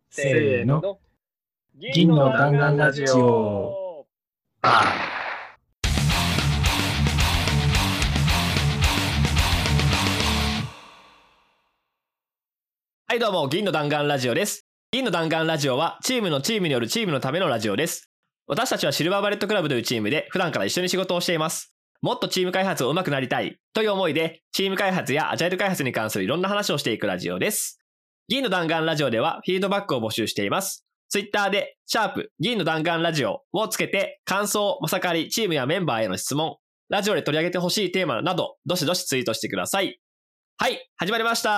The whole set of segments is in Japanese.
せーの。銀の弾丸ラジオ。 はいどうも、銀の弾丸ラジオです。銀の弾丸ラジオはチームによるチームのためのラジオです。私たちはシルバーバレットクラブというチームで普段から一緒に仕事をしています。もっとチーム開発を上手くなりたいという思いで、チーム開発やアジャイル開発に関するいろんな話をしていくラジオです。銀の弾丸ラジオではフィードバックを募集しています。ツイッターで銀の弾丸ラジオをつけて感想、まさかり、チームやメンバーへの質問、ラジオで取り上げてほしいテーマなどどしどしツイートしてください。はい、始まりました。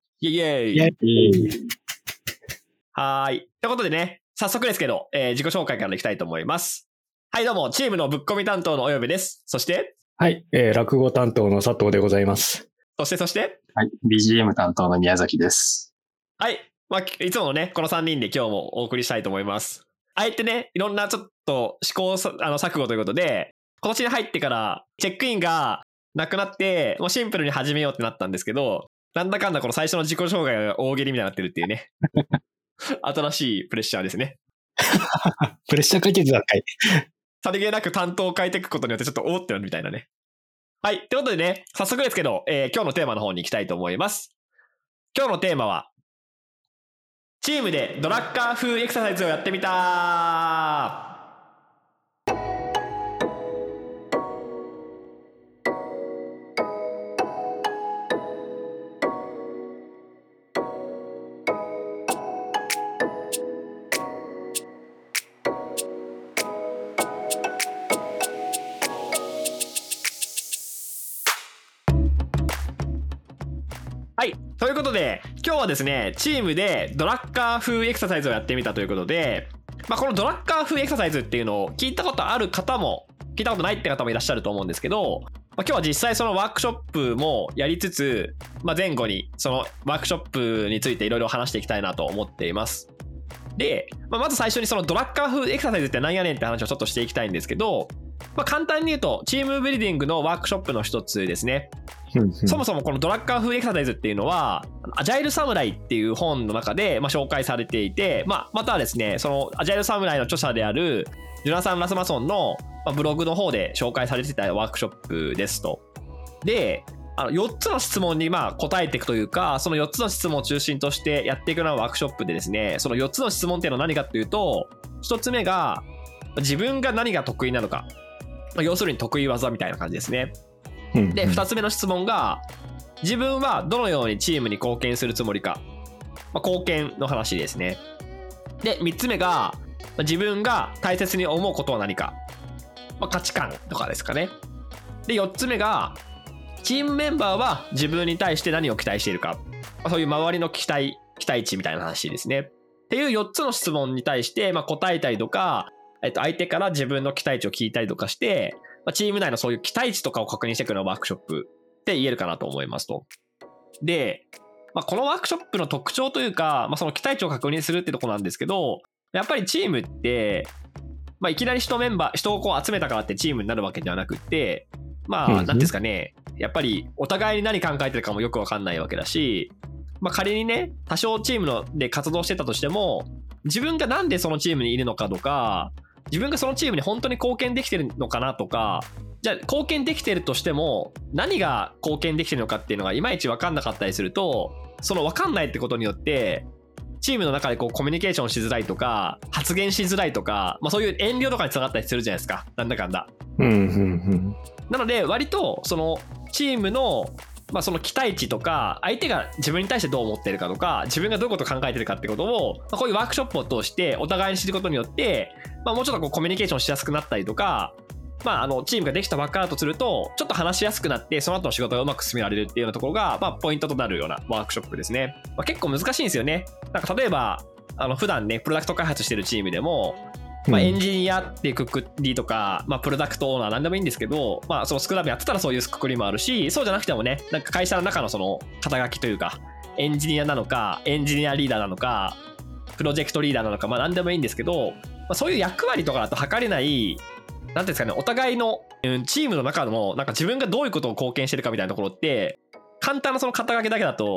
イエイイエイ。はい。ということでね、早速ですけど、自己紹介からいきたいと思います。はい、どうも、チームのぶっ込み担当のおよべです。そして、 はい、落語担当の佐藤でございます。 そして、 はい、BGM 担当の宮崎です。 はい。まあ、いつものね、この3人で今日もお送りしたいと思います。あえてね、いろんなちょっと試行錯誤ということで、今年に入ってからチェックインがなくなって、もうシンプルに始めようってなったんですけど、なんだかんだこの最初の自己紹介が大喜利みたいになってるっていうね。新しいプレッシャーですね。 プレッシャーかけてたんかい。 さりげなく担当を変えていくことによってちょっとおーってなるみたいなね。はい。ということでね、早速ですけど、今日のテーマの方に行きたいと思います。今日のテーマは、チームでドラッカー風エクササイズをやってみた。はい。ということで、今日はですね、チームでドラッカー風エクササイズをやってみたということで、まあ、このドラッカー風エクササイズっていうのを聞いたことある方も、聞いたことないって方もいらっしゃると思うんですけど、まあ、今日は実際そのワークショップもやりつつ、まあ、前後にそのワークショップについていろいろ話していきたいなと思っています。で、まあ、まず最初にそのドラッカー風エクササイズって何やねんって話をちょっとしていきたいんですけど、まあ、簡単に言うとチームビルディングのワークショップの一つですね。そもそもこのドラッカー風エクササイズっていうのはアジャイルサムライっていう本の中で紹介されていて、またはですね、そのアジャイルサムライの著者であるジョナサン・ラスマソンのブログの方で紹介されていたワークショップですと。で、4つの質問に答えていくというか、その4つの質問を中心としてやっていくようなワークショップでですね、その4つの質問っていうのは何かというと、1つ目が自分が何が得意なのか、要するに得意技みたいな感じですね。で、2つ目の質問が自分はどのようにチームに貢献するつもりか、貢献の話ですね。で、3つ目が自分が大切に思うことは何か、価値観とかですかね。で、4つ目がチームメンバーは自分に対して何を期待しているか、そういう周りの期待値みたいな話ですね。っていう4つの質問に対して答えたりとか、相手から自分の期待値を聞いたりとかして、チーム内のそういう期待値とかを確認していくのがワークショップって言えるかなと思いますと。で、このワークショップの特徴というか、その期待値を確認するってとこなんですけど、やっぱりチームって、いきなり人をこう集めたからってチームになるわけではなくって、なんですかね、やっぱりお互いに何考えてるかもよくわかんないわけだし、仮にね、多少チームで活動してたとしても、自分がなんでそのチームにいるのかとか、自分がそのチームに本当に貢献できてるのかなとか、じゃあ貢献できてるとしても何が貢献できてるのかっていうのがいまいち分かんなかったりすると、その分かんないってことによってチームの中でこうコミュニケーションしづらいとか発言しづらいとか、そういう遠慮とかにつながったりするじゃないですか、なんだかんだ。なので割とそのチームのその期待値とか相手が自分に対してどう思ってるかとか自分がどういうことを考えてるかってことをこういうワークショップを通してお互いに知ることによってもうちょっとこうコミュニケーションしやすくなったりとか、チームができたばっかだとするとちょっと話しやすくなってその後の仕事がうまく進められるっていうようなところがポイントとなるようなワークショップですね。結構難しいんですよね。なんか例えば普段ねプロダクト開発してるチームでもエンジニアっていうくくりとか、プロダクトオーナーなんでもいいんですけど、そのスクラムやってたらそういうくくりもあるし、そうじゃなくてもね、なんか会社の中のその肩書きというか、エンジニアなのか、エンジニアリーダーなのか、プロジェクトリーダーなのか、なんでもいいんですけど、そういう役割とかだと測れない、なんていうんですかね、お互いのチームの中のなんか自分がどういうことを貢献してるかみたいなところって、簡単なその肩書きだけだと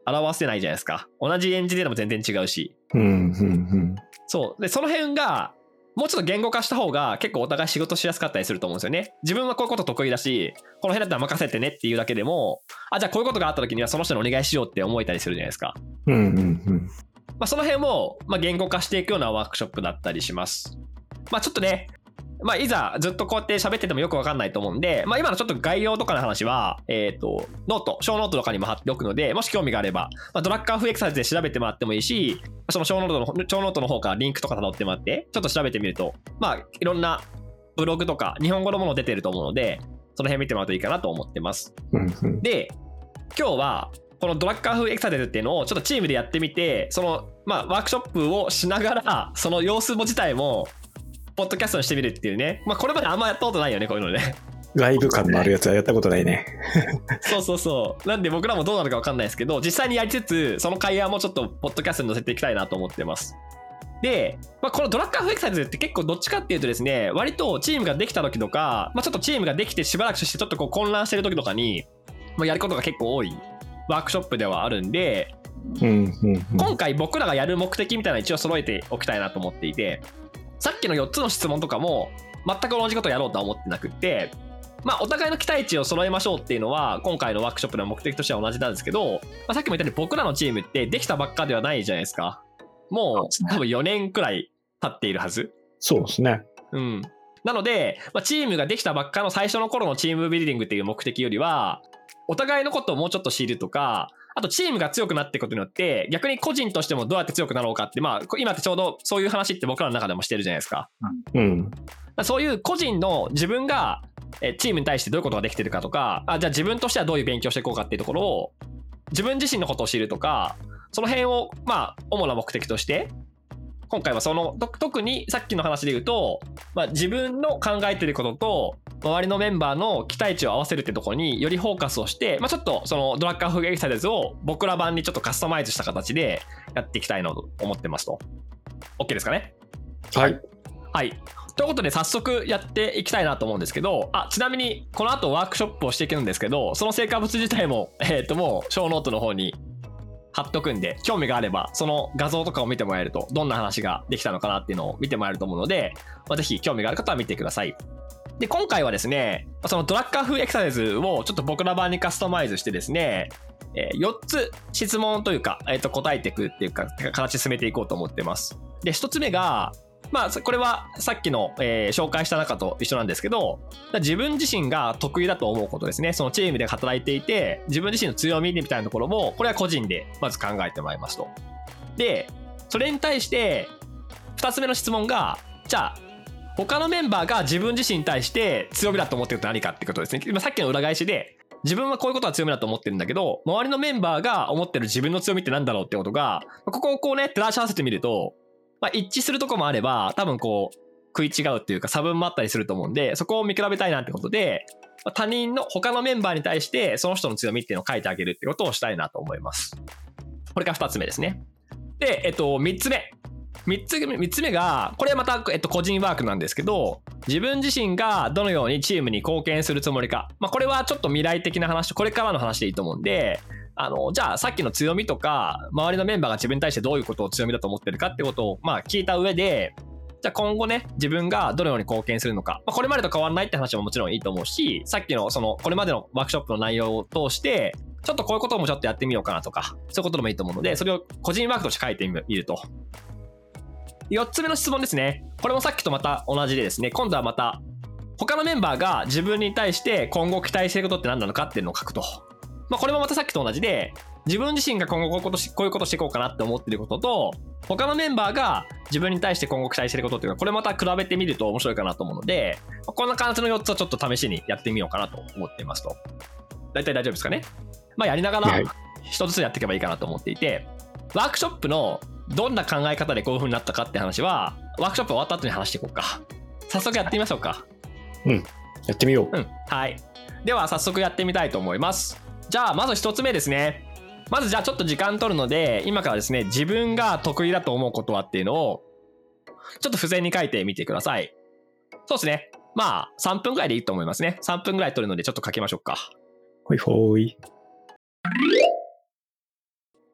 表せないじゃないですか。同じエンジニアでも全然違うし。そうでその辺がもうちょっと言語化した方が結構お互い仕事しやすかったりすると思うんですよね。自分はこういうこと得意だし、この辺だったら任せてねっていうだけでも、じゃあこういうことがあった時にはその人にお願いしようって思えたりするじゃないですか。その辺を、言語化していくようなワークショップだったりします。ちょっとね、いざずっとこうやって喋っててもよくわかんないと思うんで、今のちょっと概要とかの話は、ノート、小ノートとかにも貼っておくので、もし興味があれば、ドラッカーフエクササイズで調べてもらってもいいし、その小ノートの方からリンクとか辿ってもらって、ちょっと調べてみると、いろんなブログとか日本語のもの出てると思うので、その辺見てもらうといいかなと思ってます。で、今日は、このドラッカー風エクササイズっていうのをちょっとチームでやってみて、その、ワークショップをしながら、その様子自体も、ポッドキャストにしてみるっていうね。これまであんまやったことないよね、こういうのね。 ライブ感のあるやつはやったことないね。 そう。なんで僕らもどうなるか分かんないですけど、実際にやりつつ、その会話もちょっとポッドキャストに載せていきたいなと思ってます。で、このドラッカー風エクササイズって結構どっちかっていうとですね、割とチームができた時とか、ちょっとチームができてしばらくしてちょっとこう混乱してる時とかに、やることが結構多いワークショップではあるんで、今回僕らがやる目的みたいなの一応揃えておきたいなと思っていて、さっきの4つの質問とかも全く同じことをやろうとは思ってなくって、お互いの期待値を揃えましょうっていうのは今回のワークショップの目的としては同じなんですけど、さっきも言ったように僕らのチームってできたばっかではないじゃないですか。もう多分4年くらい経っているはず。 そうですね。 なので、チームができたばっかの最初の頃のチームビルディングっていう目的よりは、お互いのことをもうちょっと知るとか、あとチームが強くなっていくことによって逆に個人としてもどうやって強くなろうかって、今ってちょうどそういう話って僕らの中でもしてるじゃないですか。そういう個人の自分がチームに対してどういうことができてるかとか、じゃあ自分としてはどういう勉強していこうかっていうところを自分自身のことを知るとか、その辺を主な目的として今回はその特にさっきの話で言うと、自分の考えてることと周りのメンバーの期待値を合わせるってところによりフォーカスをして、ちょっとそのドラッカー風エクササイズを僕ら版にちょっとカスタマイズした形でやっていきたいなと思ってますと。 OK ですかね。はい。ということで早速やっていきたいなと思うんですけど、ちなみにこの後ワークショップをしていくんですけど、その成果物自体ももう小ノートの方に貼っとくんで、興味があればその画像とかを見てもらえるとどんな話ができたのかなっていうのを見てもらえると思うので、ぜひ興味がある方は見てください。で、今回はですね、そのドラッカー風エクササイズをちょっと僕ら版にカスタマイズしてですね、4つ質問というか、答えていくっていうか形進めていこうと思ってます。で、1つ目がこれはさっきの、紹介した中と一緒なんですけど、自分自身が得意だと思うことですね。そのチームで働いていて自分自身の強みみたいなところも、これは個人でまず考えてもらいますと。で、それに対して2つ目の質問が、じゃあ他のメンバーが自分自身に対して強みだと思ってることは何かってことですね。今さっきの裏返しで、自分はこういうことは強みだと思ってるんだけど、周りのメンバーが思ってる自分の強みってなんだろうってことが、ここをこうね照らし合わせてみると、一致するとこもあれば、多分こう食い違うっていうか差分もあったりすると思うんで、そこを見比べたいなってことで、他人の他のメンバーに対してその人の強みっていうのを書いてあげるってことをしたいなと思います。これが2つ目ですね。で、3つ目が、これはまた、個人ワークなんですけど、自分自身がどのようにチームに貢献するつもりか。これはちょっと未来的な話とこれからの話でいいと思うんで、じゃあさっきの強みとか周りのメンバーが自分に対してどういうことを強みだと思ってるかってことを聞いた上で、じゃあ今後ね自分がどのように貢献するのか、これまでと変わらないって話ももちろんいいと思うし、さっきのそのこれまでのワークショップの内容を通してちょっとこういうこともちょっとやってみようかなとか、そういうことでもいいと思うので、それを個人ワークとして書いてみると。4つ目の質問ですね。これもさっきとまた同じでですね、今度はまた他のメンバーが自分に対して今後期待していることって何なのかっていうのを書くと。これもまたさっきと同じで、自分自身が今後こういうことしていこうかなって思っていることと、他のメンバーが自分に対して今後期待していることっていうのは、これまた比べてみると面白いかなと思うので、こんな感じの4つをちょっと試しにやってみようかなと思っていますと。大体大丈夫ですかね。やりながら一つずつやっていけばいいかなと思っていて、ワークショップのどんな考え方でこういう風になったかって話は、ワークショップ終わった後に話していこうか。早速やってみましょうか。 やってみよう。 はい。では早速やってみたいと思います。じゃあまず1つ目ですね。まずじゃあちょっと時間取るので、今からですね、自分が得意だと思うことはっていうのをちょっと付箋に書いてみてください。そうですね。3分ぐらいでいいと思いますね。3分ぐらい取るのでちょっと書きましょうか。 ほいほい。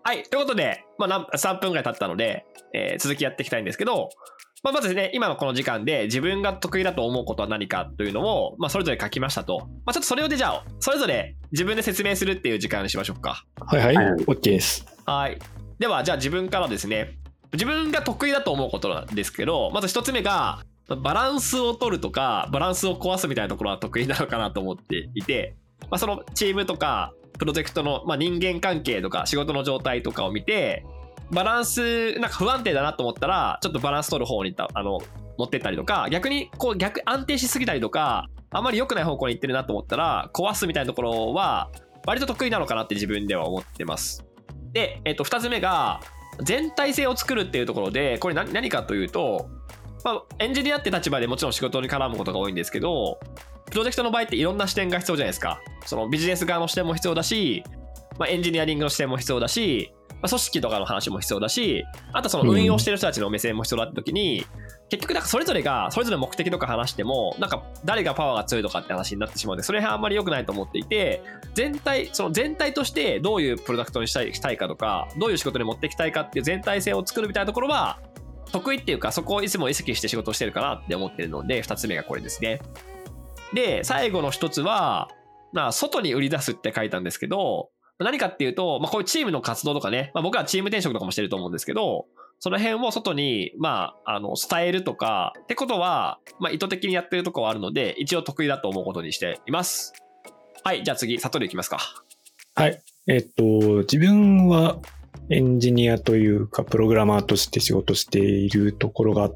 はい。ということで、3分ぐらい経ったので、続きやっていきたいんですけど、まずですね、今のこの時間で自分が得意だと思うことは何かというのを、それぞれ書きましたと。ちょっとそれをじゃあ、それぞれ自分で説明するっていう時間にしましょうか。 はいはい。OK です。 はい。では、じゃあ自分からですね、自分が得意だと思うことなんですけど、まず一つ目が、バランスを取るとか、バランスを壊すみたいなところは得意なのかなと思っていて、そのチームとか、プロジェクトの、人間関係とか仕事の状態とかを見て、バランスなんか不安定だなと思ったらちょっとバランス取る方に持ってったりとか、逆に安定しすぎたりとかあまり良くない方向に行ってるなと思ったら壊すみたいなところは割と得意なのかなって自分では思ってます。で、2つ目が全体性を作るっていうところで、これ何かというと、エンジニアって立場でもちろん仕事に絡むことが多いんですけど、プロジェクトの場合っていろんな視点が必要じゃないですか。そのビジネス側の視点も必要だし、エンジニアリングの視点も必要だし、組織とかの話も必要だし、あとその運用してる人たちの目線も必要だった時に、結局なんかそれぞれ目的とか話してもなんか誰がパワーが強いとかって話になってしまうので、それはあんまり良くないと思っていて、全体としてどういうプロダクトにしたいかとか、どういう仕事に持っていきたいかっていう全体性を作るみたいなところは得意っていうか、そこをいつも意識して仕事をしてるかなって思ってるので、2つ目がこれですね。で、最後の1つは外に売り出すって書いたんですけど、何かっていうと、こういうチームの活動とかね、僕はチーム転職とかもしてると思うんですけど、その辺を外に、伝えるとかってことは、意図的にやってるところはあるので、一応得意だと思うことにしています。はい、じゃあ次、悟りいきますか。 はい。自分はエンジニアというか、プログラマーとして仕事しているところがあって、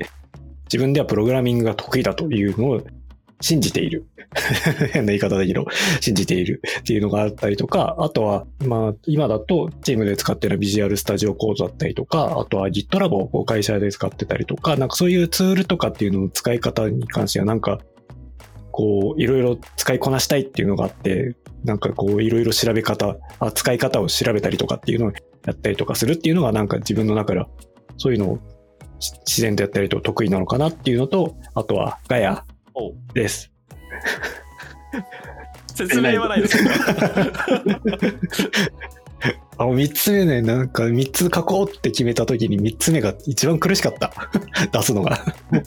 自分ではプログラミングが得意だというのを信じている。変な言い方だけど、信じているっていうのがあったりとか、あとは、今だとチームで使っているビジュアルスタジオコードだったりとか、あとは GitLab を会社で使ってたりとか、なんかそういうツールとかっていうのの使い方に関しては、なんか、いろいろ使いこなしたいっていうのがあって、なんかいろいろ使い方を調べたりとかっていうのをやったりとかするっていうのが、なんか自分の中では、そういうのを自然とやったりと得意なのかなっていうのと、あとはガヤです。 説明はないですけど 3つ目ね、なんか3つ書こうって決めた時に3つ目が一番苦しかった出すのが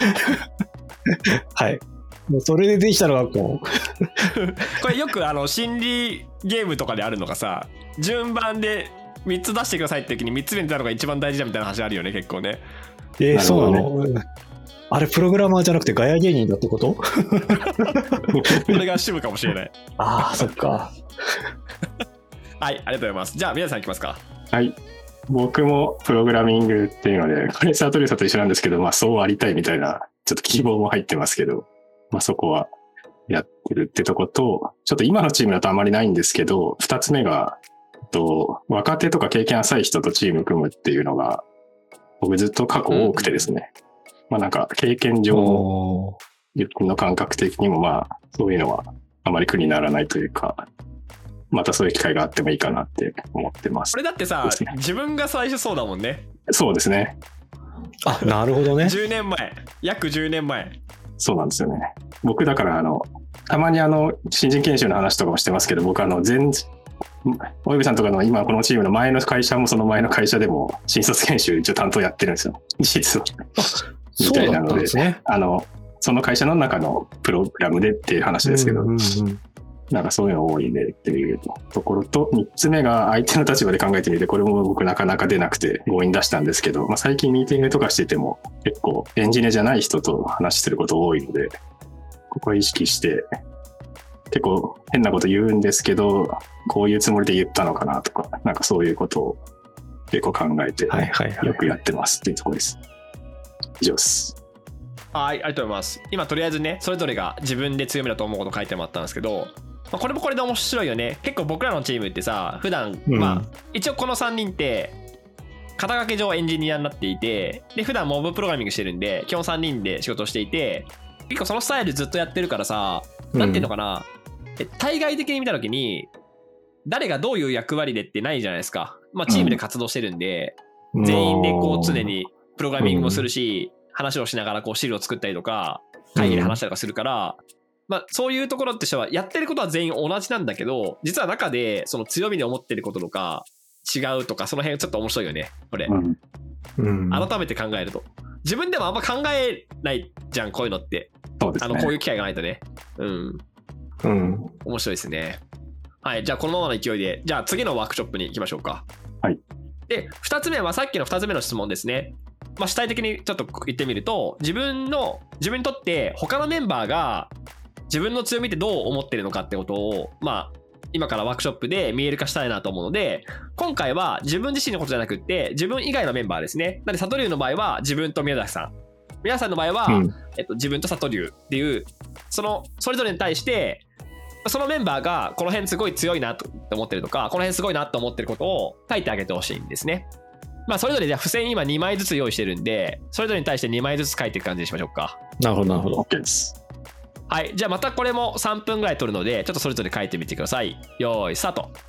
はい、もうそれでできたのがこれよく心理ゲームとかであるのがさ、順番で3つ出してくださいって時に3つ目に出たのが一番大事だみたいな話あるよね、結構ね。 そうなの？あれプログラマーじゃなくてガヤ芸人だってこと？これが主務かもしれない。 ああ、そっか。 はい、ありがとうございます。じゃあ皆さんいきますか。 はい。僕もプログラミングっていうので、これサトリュウさんと一緒なんですけど、そうありたいみたいなちょっと希望も入ってますけど、そこはやってるってとこと、ちょっと今のチームだとあまりないんですけど、2つ目が若手とか経験浅い人とチーム組むっていうのが僕ずっと過去多くてですね、なんか経験上の感覚的にもそういうのはあまり苦にならないというか、またそういう機会があってもいいかなって思ってます。 これだってさ、自分が最初そうだもんね。 そうですね。 あ、なるほどね。 約10年前。 そうなんですよね。僕だからたまに新人研修の話とかもしてますけど、僕およびさんとかの今このチームの前の会社もその前の会社でも新卒研修一応担当やってるんですよ。実は。みたいなので、その会社の中のプログラムでっていう話ですけど、なんかそういうの多いねっていうところと、3つ目が相手の立場で考えてみて、これも僕なかなか出なくて強引出したんですけど、最近ミーティングとかしてても結構エンジニアじゃない人と話すること多いので、ここは意識して結構変なこと言うんですけど、こういうつもりで言ったのかなとか、なんかそういうことを結構考えてよくやってますっていうところです。以上です。 はい、ありがとうございます。今とりあえずね、それぞれが自分で強みだと思うこと書いてもらったんですけど、これもこれで面白いよね。結構僕らのチームってさ、普段、一応この3人って肩書き上エンジニアになっていて、で普段モブプログラミングしてるんで基本3人で仕事をしていて、結構そのスタイルずっとやってるからさ、なんていうのかな、対外的に見た時に誰がどういう役割でってないじゃないですか。チームで活動してるんで、全員で常にプログラミングもするし、話をしながら資料を作ったりとか会議で話したりとかするから、そういうところってしてはやってることは全員同じなんだけど、実は中でその強みに思ってることとか違うとか、その辺ちょっと面白いよねこれ、改めて考えると自分でもあんま考えないじゃんこういうのって。 そうですね。 こういう機会がないとね。面白いですね。はい、じゃあこのままの勢いでじゃあ次のワークショップに行きましょうか。 はい。 で2つ目はさっきの2つ目の質問ですね。主体的にちょっと言ってみると、自分にとって他のメンバーが自分の強みってどう思ってるのかってことを今からワークショップで見える化したいなと思うので、今回は自分自身のことじゃなくって自分以外のメンバーですね。なので佐藤流の場合は自分と宮崎さん、皆さんの場合は、自分と佐藤流っていうそれぞれに対してそのメンバーがこの辺すごい強いなと思ってるとか、この辺すごいなと思ってることを書いてあげてほしいんですね。それぞれじゃあ付箋今2枚ずつ用意してるんで、それぞれに対して2枚ずつ書いていく感じにしましょうか。 なるほどなるほど。 OK です。 はい、じゃあまたこれも3分ぐらい取るのでちょっとそれぞれ書いてみてください。よーいスタート。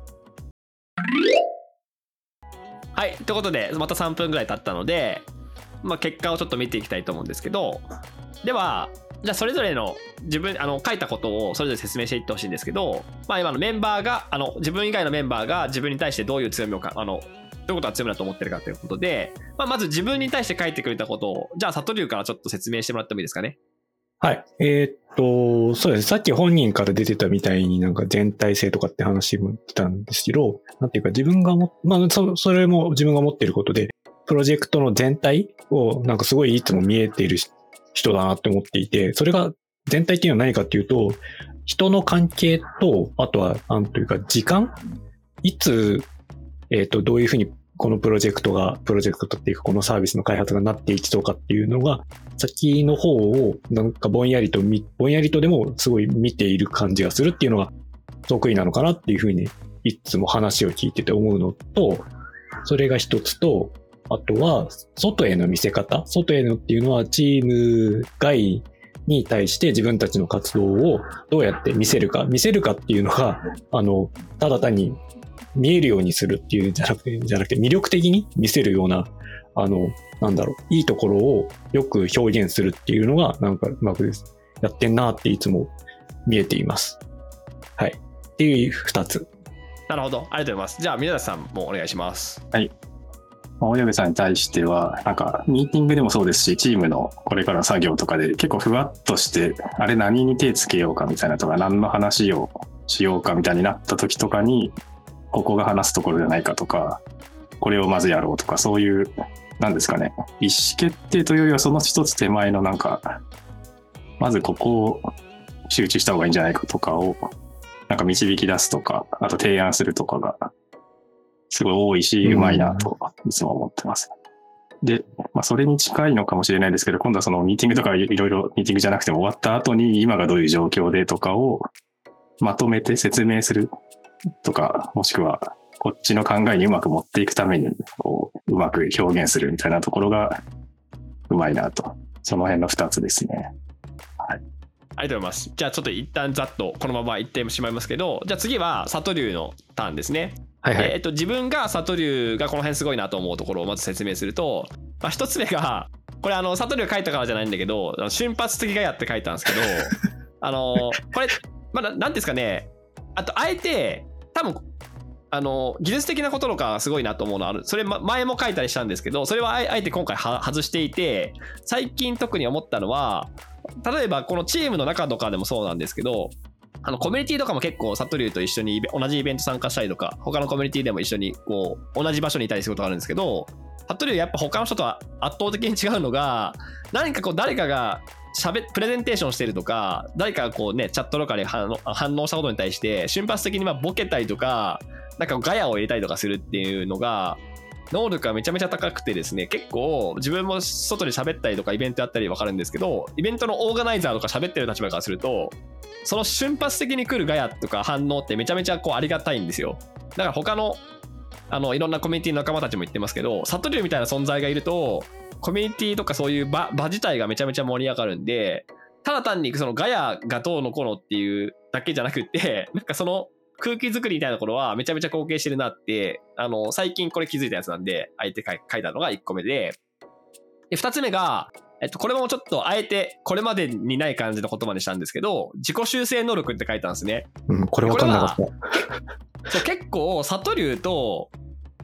はい、ということでまた3分ぐらい経ったので、結果をちょっと見ていきたいと思うんですけど、ではじゃあそれぞれの自分書いたことをそれぞれ説明していってほしいんですけど、今のメンバーが自分以外のメンバーが自分に対してどういう強みをどういうことが強みだと思ってるかということで、まず自分に対して書いてくれたことをじゃあ佐藤流からちょっと説明してもらってもいいですかね。 はい。そうですね。さっき本人から出てたみたいになんか全体性とかって話も来たんですけど、なんていうか自分がそれも自分が持っていることで、プロジェクトの全体をなんかすごいいつも見えている人だなって思っていて、それが全体っていうのは何かっていうと、人の関係と、あとはなんというか時間、いつ、どういうふうにこのプロジェクトっていうかこのサービスの開発がなっていきそうかっていうのが先の方をなんかぼんやりとでもすごい見ている感じがするっていうのが得意なのかなっていうふうにいつも話を聞いてて思うのと、それが一つと、あとは外への見せ方、外へのっていうのはチーム外に対して自分たちの活動をどうやって見せるかっていうのがただ単に見えるようにするっていうじゃなくて魅力的に見せるような、いいところをよく表現するっていうのがなんかうまくやってんなっていつも見えています。はい。っていう2つ。 なるほど。ありがとうございます。じゃあ、宮崎さんもお願いします。 はい。大矢部さんに対しては、なんかミーティングでもそうですし、チームのこれからの作業とかで結構ふわっとして、あれ何に手つけようかみたいなとか、何の話をしようかみたいになった時とかに、ここが話すところじゃないかとか、これをまずやろうとか、そういう、なんですかね、意思決定というよりはその一つ手前のなんか、まずここを集中した方がいいんじゃないかとかを、なんか導き出すとか、あと提案するとかが、すごい多いし、うまいなといつも思ってます。で、それに近いのかもしれないですけど、今度はそのミーティングとかいろいろミーティングじゃなくても終わった後に今がどういう状況でとかをまとめて説明するとか、もしくはこっちの考えにうまく持っていくためにうまく表現するみたいなところがうまいなと。その辺の2つですね。はい。 ありがとうございます。じゃあちょっと一旦ざっとこのままいってしまいますけど、じゃあ次は佐藤流のターンですね。 はいはい。 自分が佐藤流がこの辺すごいなと思うところをまず説明すると、一つ目がこれ佐藤流が書いたからじゃないんだけど、瞬発的ガヤって書いたんですけどこれなんですかね、あえて多分技術的なこととかすごいなと思うのある。それ前も書いたりしたんですけど、それはあえて今回外していて、最近特に思ったのは、例えばこのチームの中とかでもそうなんですけど、コミュニティとかも結構佐藤流と一緒に同じイベント参加したりとか、他のコミュニティでも一緒にこう同じ場所にいたりすることがあるんですけど、佐藤流やっぱ他の人とは圧倒的に違うのが、何かこう誰かがプレゼンテーションしてるとか、誰かがこうねチャットとかで反応したことに対して瞬発的にボケたりとか、なんかガヤを入れたりとかするっていうのが能力がめちゃめちゃ高くてですね、結構自分も外で喋ったりとかイベントやったり分かるんですけど、イベントのオーガナイザーとか喋ってる立場からすると、その瞬発的に来るガヤとか反応ってめちゃめちゃこうありがたいんですよ。だから他のいろんなコミュニティの仲間たちも言ってますけど、佐藤流みたいな存在がいるとコミュニティとかそういう場自体がめちゃめちゃ盛り上がるんで、ただ単にそのガヤがどうのこうのっていうだけじゃなくて、なんかその空気作りみたいなところはめちゃめちゃ貢献してるなって最近これ気づいたやつなんで、あえて書いたのが1個目で、2つ目がこれもちょっとあえてこれまでにない感じの言葉にしたんですけど、自己修正能力って書いたんですね。 これ分かんなかった。 そう結構佐藤流と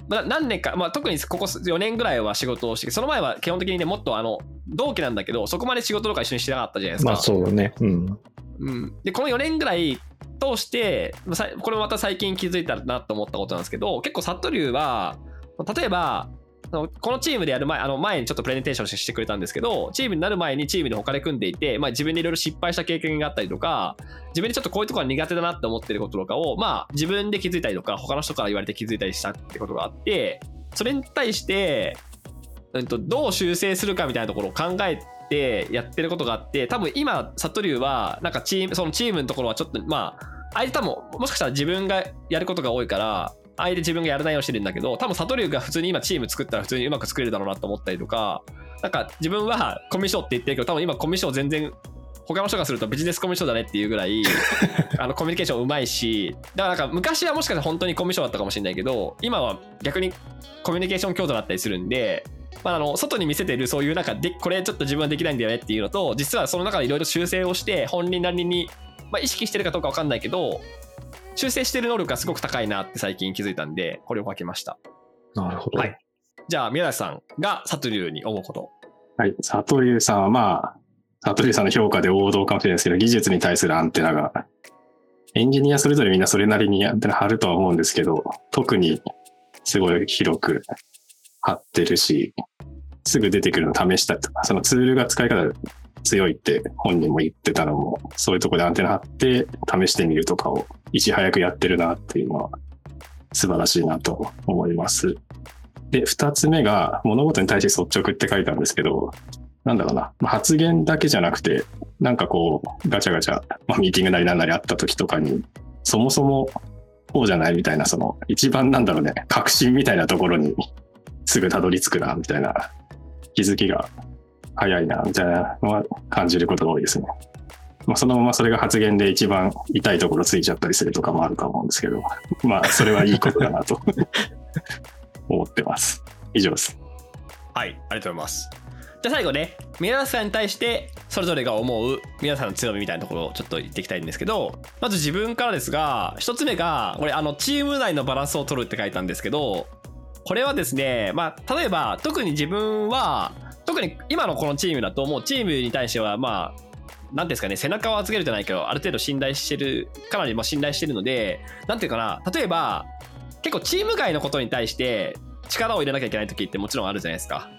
何年か、特にここ4年ぐらいは仕事をして、その前は基本的にね、もっと同期なんだけど、そこまで仕事とか一緒にしてなかったじゃないですか。 そうね。 で、この4年ぐらい通して、これもまた最近気づいたなと思ったことなんですけど、結構サトリューは、例えば、このチームでやる前にちょっとプレゼンテーションしてくれたんですけど、チームになる前にチームで他で組んでいて、自分でいろいろ失敗した経験があったりとか、自分でちょっとこういうところが苦手だなって思ってることとかを、自分で気づいたりとか、他の人から言われて気づいたりしたってことがあって、それに対して、どう修正するかみたいなところを考えてやってることがあって、多分今、サトリューは、なんかそのチームのところはちょっと、相手多分、もしかしたら自分がやることが多いから、相手自分がやらないようにしてるんだけど、多分サトリューが普通に今チーム作ったら普通にうまく作れるだろうなと思ったりとか、なんか自分はコミュ障って言ってるけど、多分今コミュ障全然他の人がするとビジネスコミュ障だねっていうぐらいコミュニケーションうまいし、だからなんか昔はもしかしたら本当にコミュ障だったかもしれないけど、今は逆にコミュニケーション強度だったりするんで、外に見せてるそういうなんかこれちょっと自分はできないんだよねっていうのと、実はその中でいろいろ修正をして本人なりに、意識してるかどうか分かんないけど修正してる能力がすごく高いなって最近気づいたんで、これを書きました。 なるほど。 はい。じゃあ、宮崎さんがサトリューに思うこと。 はい。サトリューさんはサトリューさんの評価で王道かもしれないですけど、技術に対するアンテナが、エンジニアそれぞれみんなそれなりにアンテナ張るとは思うんですけど、特にすごい広く張ってるし、すぐ出てくるの試したりとか、そのツールが使い方強いって本人も言ってたのも、そういうところでアンテナ張って試してみるとかをいち早くやってるなっていうのは素晴らしいなと思います。で、二つ目が物事に対して率直って書いたんですけど、なんだろうな、発言だけじゃなくて、なんかこうガチャガチャ、ミーティングなりなんなりあった時とかに、そもそもこうじゃないみたいな、その一番なんだろうね、確信みたいなところにすぐたどり着くなみたいな気づきが早いなみたいなのは感じることが多いですね。そのままそれが発言で一番痛いところついちゃったりするとかもあると思うんですけど、それはいいことだなと思ってます。以上です。 はい、ありがとうございます。じゃあ最後ね、皆さんに対してそれぞれが思う皆さんの強みみたいなところをちょっと言っていきたいんですけど、まず自分からですが、一つ目がこれチーム内のバランスを取るって書いたんですけど、これはですね、例えば特に自分は特に今のこのチームだと、もうチームに対してはなんですかね、背中を預けるじゃないけど、ある程度信頼してる、かなり信頼してるので、なんていうかな、例えば結構チーム外のことに対して力を入れなきゃいけない時ってもちろんあるじゃないですか。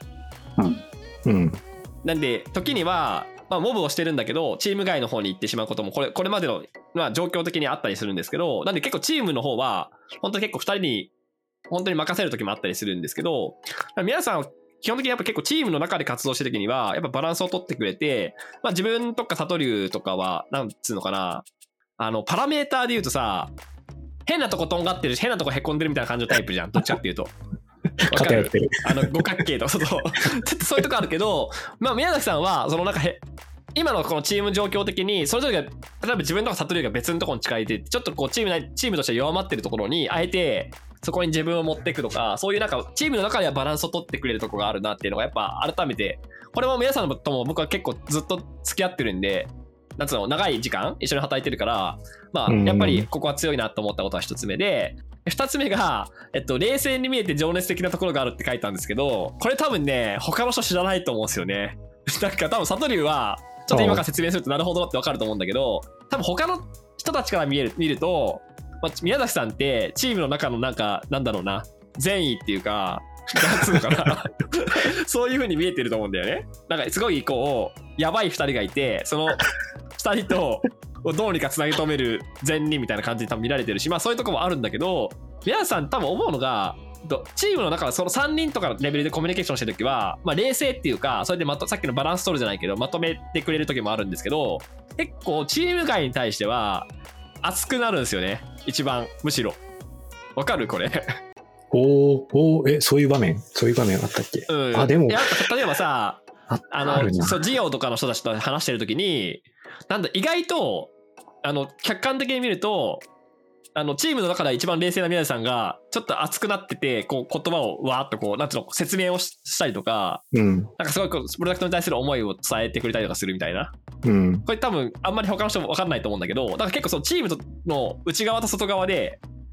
なんで時にはモブをしてるんだけどチーム外の方に行ってしまうこともこれまでの状況的にあったりするんですけど、なんで結構チームの方は本当に結構2人に本当に任せる時もあったりするんですけど、皆さん基本的にやっぱ結構チームの中で活動してる時にはやっぱバランスを取ってくれて、自分とかサトリューとかはなんつうのかな、パラメーターで言うとさ、変なとことんがってるし変なとこへこんでるみたいな感じのタイプじゃん、どっちかっていうと。 偏ってる。 五角形とかちょっとそういうとこあるけど、宮崎さんはその中今のこのチーム状況的にそれぞれが例えば自分とかサトリューが別のところに近いでちょっとこうチームとして弱まってるところにあえてそこに自分を持っていくとか、そういうなんかチームの中ではバランスを取ってくれるところがあるなっていうのがやっぱ改めて、これも皆さんとも僕は結構ずっと付き合ってるんで、なんつうの、長い時間一緒に働いてるから、やっぱりここは強いなと思ったことは一つ目で、二つ目が、冷静に見えて情熱的なところがあるって書いたんですけど、これ多分ね、他の人知らないと思うんですよね。なんか多分サトリューは、ちょっと今から説明するとなるほどってわかると思うんだけど、多分他の人たちから見ると、宮崎さんってチームの中のなんか、なんだろうな、善意っていうか、なんつうのかなそういう風に見えてると思うんだよね。なんかすごいこうやばい2人がいて、その2人とどうにかつなぎ止める善人みたいな感じで多分見られてるし、そういうとこもあるんだけど、皆さん多分思うのが、チームの中のその3人とかのレベルでコミュニケーションしてる時は、冷静っていうか、それでさっきのバランス取るじゃないけどまとめてくれる時もあるんですけど、結構チーム外に対しては熱くなるんですよね、一番。むしろわかるこれそういう場面あったっけ？でも例えばさ、そう事業とかの人たちと話してるときに、意外と客観的に見るとチームの中で一番冷静な宮崎さんがちょっと熱くなってて、こう言葉をわーっとこうなんていうの説明をしたりとか、なんかすごいこうプロダクトに対する思いを伝えてくれたりとかするみたいな。これ多分あんまり他の人も分かんないと思うんだけど、だから結構そのチームの内側と外側で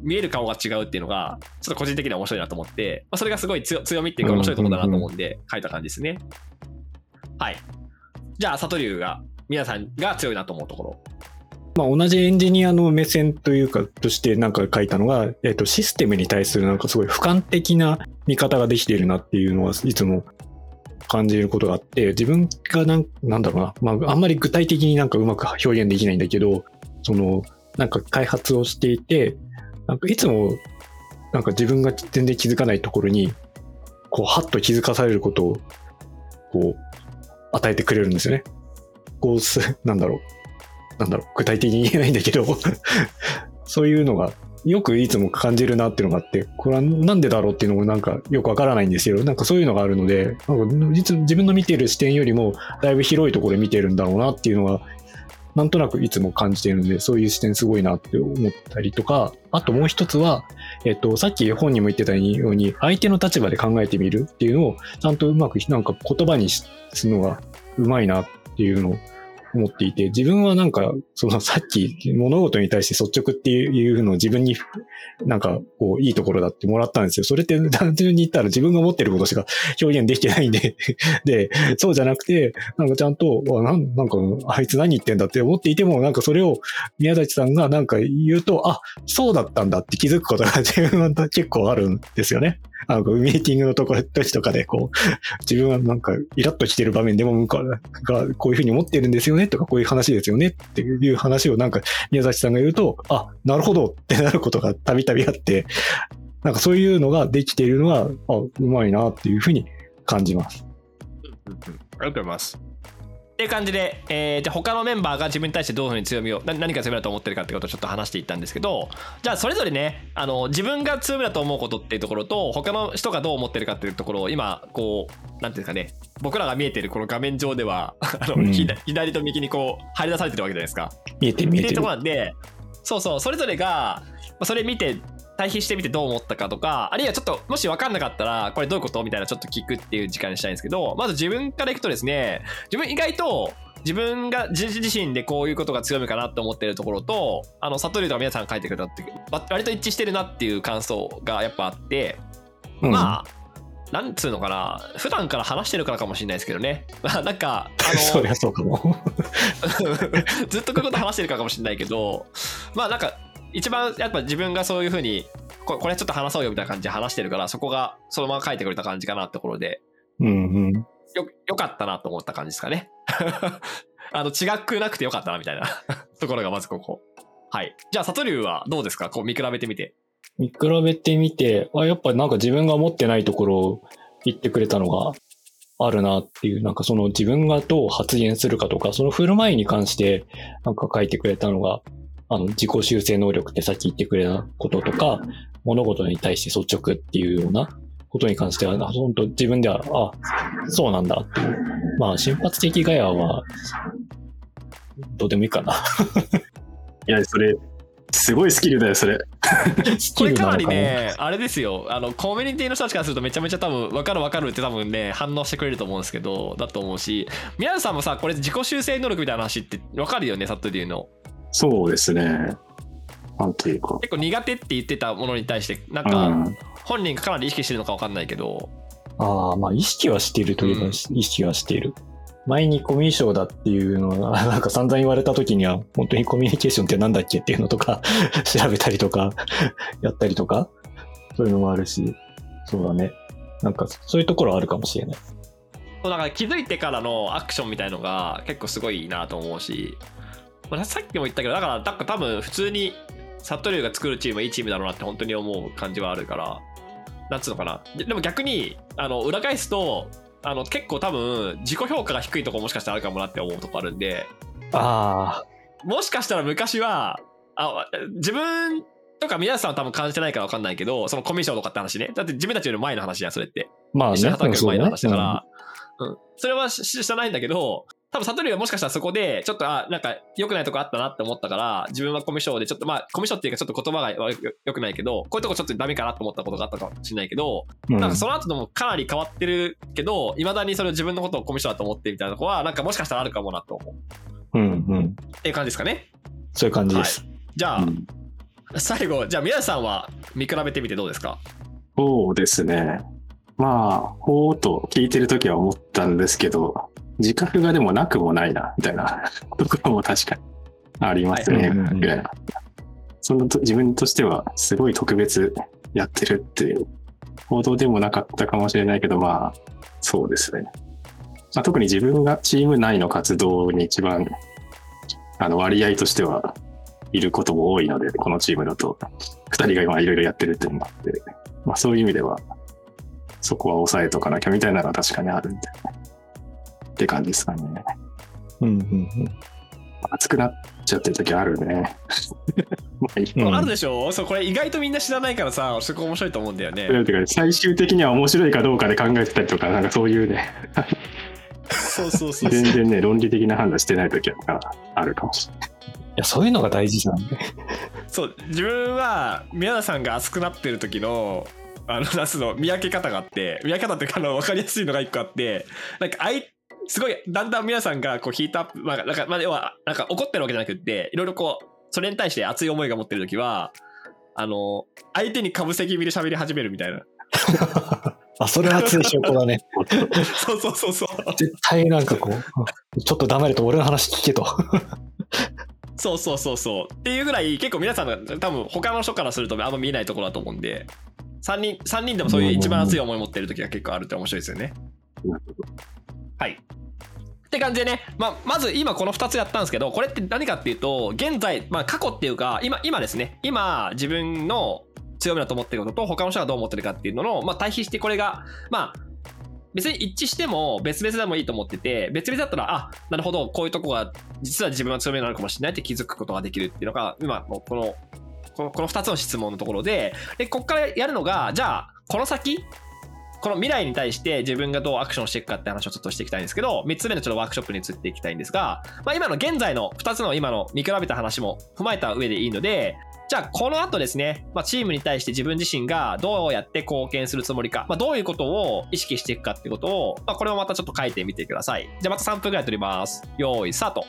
見える顔が違うっていうのがちょっと個人的には面白いなと思って、それがすごい強みっていうか面白いところだなと思うんで書いた感じですね。はい。じゃあ佐藤流が皆さんが強いなと思うところ。 同じエンジニアの目線というかとしてなんか書いたのが、システムに対するなんかすごい俯瞰的な見方ができているなっていうのはいつも感じることがあって、自分がなんだろうな、あんまり具体的になんかうまく表現できないんだけど、なんか開発をしていて、なんかいつもなんか自分が全然気づかないところにこうハッと気づかされることをこう与えてくれるんですよね。こうなんだろう具体的に言えないんだけどそういうのがよくいつも感じるなっていうのがあって、これはなんでだろうっていうのもなんかよくわからないんですよ。なんかそういうのがあるので、なんか自分の見ている視点よりもだいぶ広いところで見てるんだろうなっていうのがなんとなくいつも感じているので、そういう視点すごいなって思ったりとか、あともう一つは、さっき本にも言ってたように相手の立場で考えてみるっていうのをちゃんとうまくなんか言葉にするのがうまいなっていうのを思っていて、自分はなんかさっき物事に対して率直っていうのを自分になんかこういいところだってもらったんですよ。それって単純に言ったら自分が持ってることしか表現できてないんでで、そうじゃなくてなんかちゃんとなんかあいつ何言ってんだって思っていても、なんかそれを宮崎さんがなんか言うと、あ、そうだったんだって気づくことが自分は結構あるんですよね。ミーティングの時とかでこう自分はなんかイラッとしてる場面でもがこういうふうに思ってるんですよねとか、こういう話ですよねっていう話をなんか宮崎さんが言うと、あ、なるほどってなることがたびたびあって、なんかそういうのができているのはうまいなっていうふうに感じます。 ありがとうございます。っていう感じで、じゃあ他のメンバーが自分に対してどういうふうに強みを何か強みだと思ってるかってことをちょっと話していったんですけど、じゃあそれぞれね、自分が強みだと思うことっていうところと他の人がどう思ってるかっていうところを今こうなんていうかね、僕らが見えてるこの画面上では左と右にこう張り出されてるわけじゃないですか。 見えてるっていうところなんで、そうそれぞれがそれ見て対比してみてどう思ったかとか、あるいはちょっともし分かんなかったらこれどういうことみたいなちょっと聞くっていう時間にしたいんですけど、まず自分からいくとですね、自分意外と自分が自身でこういうことが強みかなって思ってるところと、悟りとか皆さん書いてくれたって割と一致してるなっていう感想がやっぱあって、まあなんつうのかな、普段から話してるからかもしれないですけどねなんかそりゃそうかもずっとこういうこと話してるからかもしれないけど、まあなんか一番やっぱ自分がそういう風にこれちょっと話そうよみたいな感じで話してるから、そこがそのまま書いてくれた感じかなってところで、よかったなと思った感じですかね違くなくてよかったなみたいなところがまずここ。はい。じゃあ佐藤流はどうですか、こう見比べてみて。 見比べてみて、やっぱなんか自分が持ってないところを言ってくれたのがあるなっていう、なんかその自分がどう発言するかとか、その振る舞いに関してなんか書いてくれたのが、自己修正能力ってさっき言ってくれたこととか、物事に対して率直っていうようなことに関しては、本当自分では、そうなんだっていう。まあ、瞬発的ガヤは、どうでもいいかな。 いや、それ、すごいスキルだよ、それ。 これかなりね、あれですよ、コミュニティの人たちからするとめちゃめちゃ多分、分かるって多分ね、反応してくれると思うんですけど、だと思うし、宮田さんもさ、これ自己修正能力みたいな話って分かるよね、サットで言うの。 そうですね。なんていうか。 結構苦手って言ってたものに対して、なんか、本人がかなり意識してるのか分かんないけど。 まあ意識はしているといえば意識はしている。前にコミュ障だっていうのがなんか散々言われた時には本当にコミュニケーションってなんだっけっていうのとか調べたりとかやったりとか、そういうのもあるし、そうだね。なんかそういうところはあるかもしれない。 だから気づいてからのアクションみたいのが結構すごいなと思うし、さっきも言ったけど、だから多分普通にサットリュウが作るチームはいいチームだろうなって本当に思う感じはあるから、なんつうのかな。でも逆に裏返すと結構多分自己評価が低いところもしかしたらあるかもなって思うとこあるんで、もしかしたら昔は自分とか皆さんは多分感じてないから分かんないけど、そのコミュ障とかって話ね、だって自分たちより前の話じゃんそれって、まあね、一緒に働く前の話だから、それは知らないんだけど、多分悟りはもしかしたらそこでちょっとなんか良くないとこあったなって思ったから、自分はコミュ障でちょっとコミュ障っていうかちょっと言葉が良くないけど、こういうとこちょっとダメかなと思ったことがあったかもしれないけど、なんかその後でもかなり変わってるけど、未だにそれを自分のことをコミュ障だと思ってみたいなとこはなんかもしかしたらあるかもなと思う。っていう感じですかね。 そういう感じです。 はい、じゃあ、 最後、じゃあ皆さんは見比べてみてどうですか？ そうですね。まあ、ほーっと聞いてるときは思ったんですけど、自覚がでもなくもないな、みたいなところも確かにありますね。その自分としてはすごい特別やってるっていう報道でもなかったかもしれないけど、まあ、そうですね。まあ、特に自分がチーム内の活動に一番割合としてはいることも多いので、このチームだと2人が今いろいろやってるっていうのもあって、まあ、そういう意味ではそこは抑えとかなきゃみたいなのが確かにあるんでって感じですかね。熱くなっちゃってる時あるね。 あるでしょ？そう、これ意外とみんな知らないからさ、そこ面白いと思うんだよね。 最終的には面白いかどうかで考えてたりとか、なんかそういうね。 そう全然ね、論理的な判断してない時はあるかもしれない。 いや、そういうのが大事なんで。 そう、自分は宮田さんが熱くなってる時の出すの見分け方があって、見分け方っていうか分かりやすいのが一個あって、なんかすごいだんだん皆さんがこうヒートアップ、要はなんか怒ってるわけじゃなくって、いろいろこうそれに対して熱い思いが持ってる時は相手にかぶせ気味で喋り始めるみたいな。 あ、それは熱い証拠だね。 そう絶対なんかこうちょっと黙れと俺の話聞けと。 そうっていうぐらい結構皆さんが多分他の人からするとあんま見えないところだと思うんで、3人でもそういう一番熱い思い持ってる時が結構あるって面白いですよね。はいって感じでね、まず今この2つやったんですけど、これって何かっていうと現在、過去っていうか今ですね、今自分の強みだと思ってることと他の人がどう思ってるかっていうのの、対比して、これが別に一致しても別々でもいいと思ってて、別々だったらなるほど、こういうとこが実は自分の強みなのかもしれないって気づくことができるっていうのが今この2つの質問のところで、ここからやるのが、じゃあこの先この未来に対して自分がどうアクションしていくかって話をちょっとしていきたいんですけど、3つ目のちょっとワークショップに移っていきたいんですが、今の現在の2つの今の見比べた話も踏まえた上でいいので、じゃあこの後ですね、チームに対して自分自身がどうやって貢献するつもりか、どういうことを意識していくかっていうことを、これをまたちょっと書いてみてください。じゃあまた3分ぐらい取ります。よーいスタート。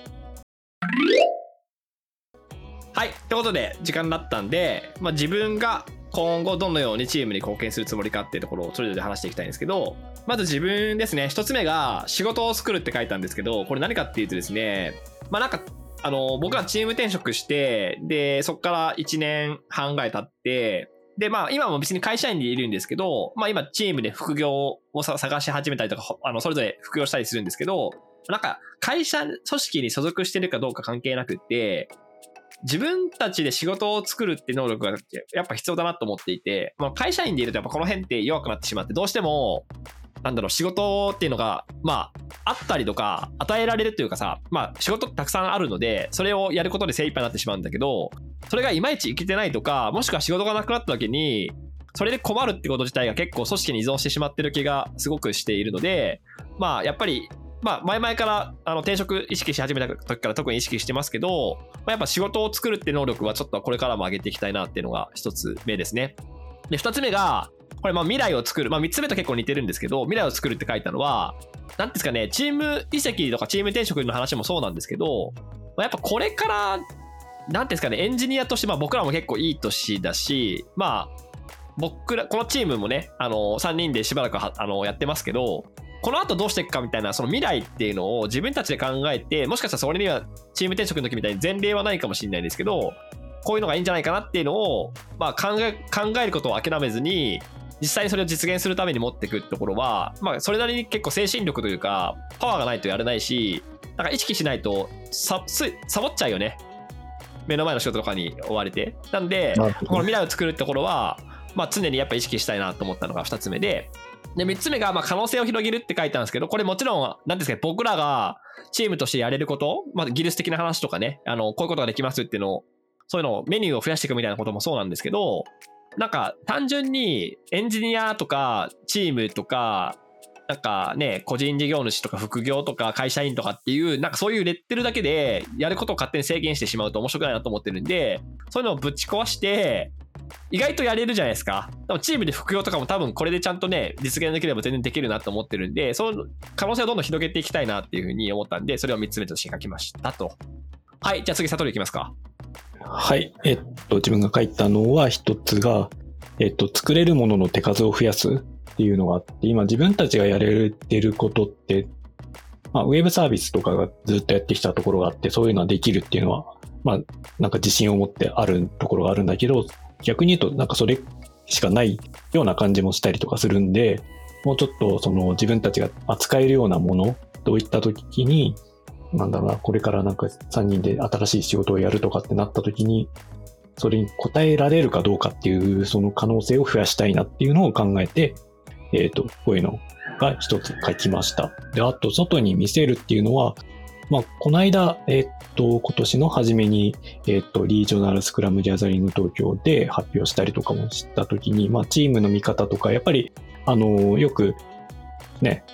はい、ということで時間になったんで、自分が今後どのようにチームに貢献するつもりかっていうところをそれぞれ話していきたいんですけど、まず自分ですね。1つ目が仕事を作るって書いたんですけど、これ何かっていうとですね、なんか僕らチーム転職して、でそこから1年半ぐらい経って、で今も別に会社員でいるんですけど、今チームで副業を探し始めたりとか、それぞれ副業したりするんですけど、なんか会社組織に所属してるかどうか関係なくって、自分たちで仕事を作るって能力がやっぱ必要だなと思っていて、会社員でいるとやっぱこの辺って弱くなってしまって、どうしても仕事っていうのがあったりとか与えられるというかさ、仕事たくさんあるので、それをやることで精一杯になってしまうんだけど、それがいまいちいけてないとか、もしくは仕事がなくなった時にそれで困るってこと自体が結構組織に依存してしまってる気がすごくしているので、やっぱり前々から転職意識し始めた時から特に意識してますけど、やっぱ仕事を作るって能力はちょっとこれからも上げていきたいなっていうのが一つ目ですね。で2つ目がこれ未来を作る、3つ目と結構似てるんですけど、未来を作るって書いたのは何ですかね、チーム移籍とかチーム転職の話もそうなんですけど、やっぱこれから何ですかね、エンジニアとして僕らも結構いい年だし、僕らこのチームもね3人でしばらくやってますけど、この後どうしていくかみたいなその未来っていうのを自分たちで考えて、もしかしたらそれにはチーム転職の時みたいに前例はないかもしれないんですけど、こういうのがいいんじゃないかなっていうのを、考えることを諦めずに実際にそれを実現するために持っていくところは、それなりに結構精神力というかパワーがないとやれないし、なんか意識しないとサボっちゃうよね、目の前の仕事とかに追われて。なんでこの未来を作るところは、常にやっぱ意識したいなと思ったのが2つ目で、3つ目が可能性を広げるって書いたんですけど、これもちろん何ですかね、僕らがチームとしてやれること、技術的な話とかね、こういうことができますっていうのを、そういうのをメニューを増やしていくみたいなこともそうなんですけど、なんか単純にエンジニアとかチームとかなんかね、個人事業主とか副業とか会社員とかっていうなんかそういうレッテルだけでやることを勝手に制限してしまうと面白くないなと思ってるんで、そういうのをぶち壊して意外とやれるじゃないですか。でもチームで副業とかも多分これでちゃんとね実現できれば全然できるなと思ってるんで、その可能性をどんどん広げていきたいなっていうふうに思ったんで、それを3つ目として書きましたと。はい、じゃあ次佐藤いきますか。 はい。自分が書いたのは一つが、作れるものの手数を増やすっていうのがあって、今自分たちがやれてることって、まあ、ウェブサービスとかがずっとやってきたところがあって、そういうのはできるっていうのは、まあ、なんか自信を持ってあるところがあるんだけど、逆に言うと、なんかそれしかないような感じもしたりとかするんで、もうちょっとその自分たちが扱えるようなものといった時に、なんだろうな、これからなんか3人で新しい仕事をやるとかってなった時に、それに応えられるかどうかっていうその可能性を増やしたいなっていうのを考えて、こういうのが一つ書きました。で、あと外に見せるっていうのは、まあ、この間、今年の初めに、リージョナルスクラムギャザリング東京で発表したりとかもした時に、まあ、チームの見方とか、やっぱり、よく、ね、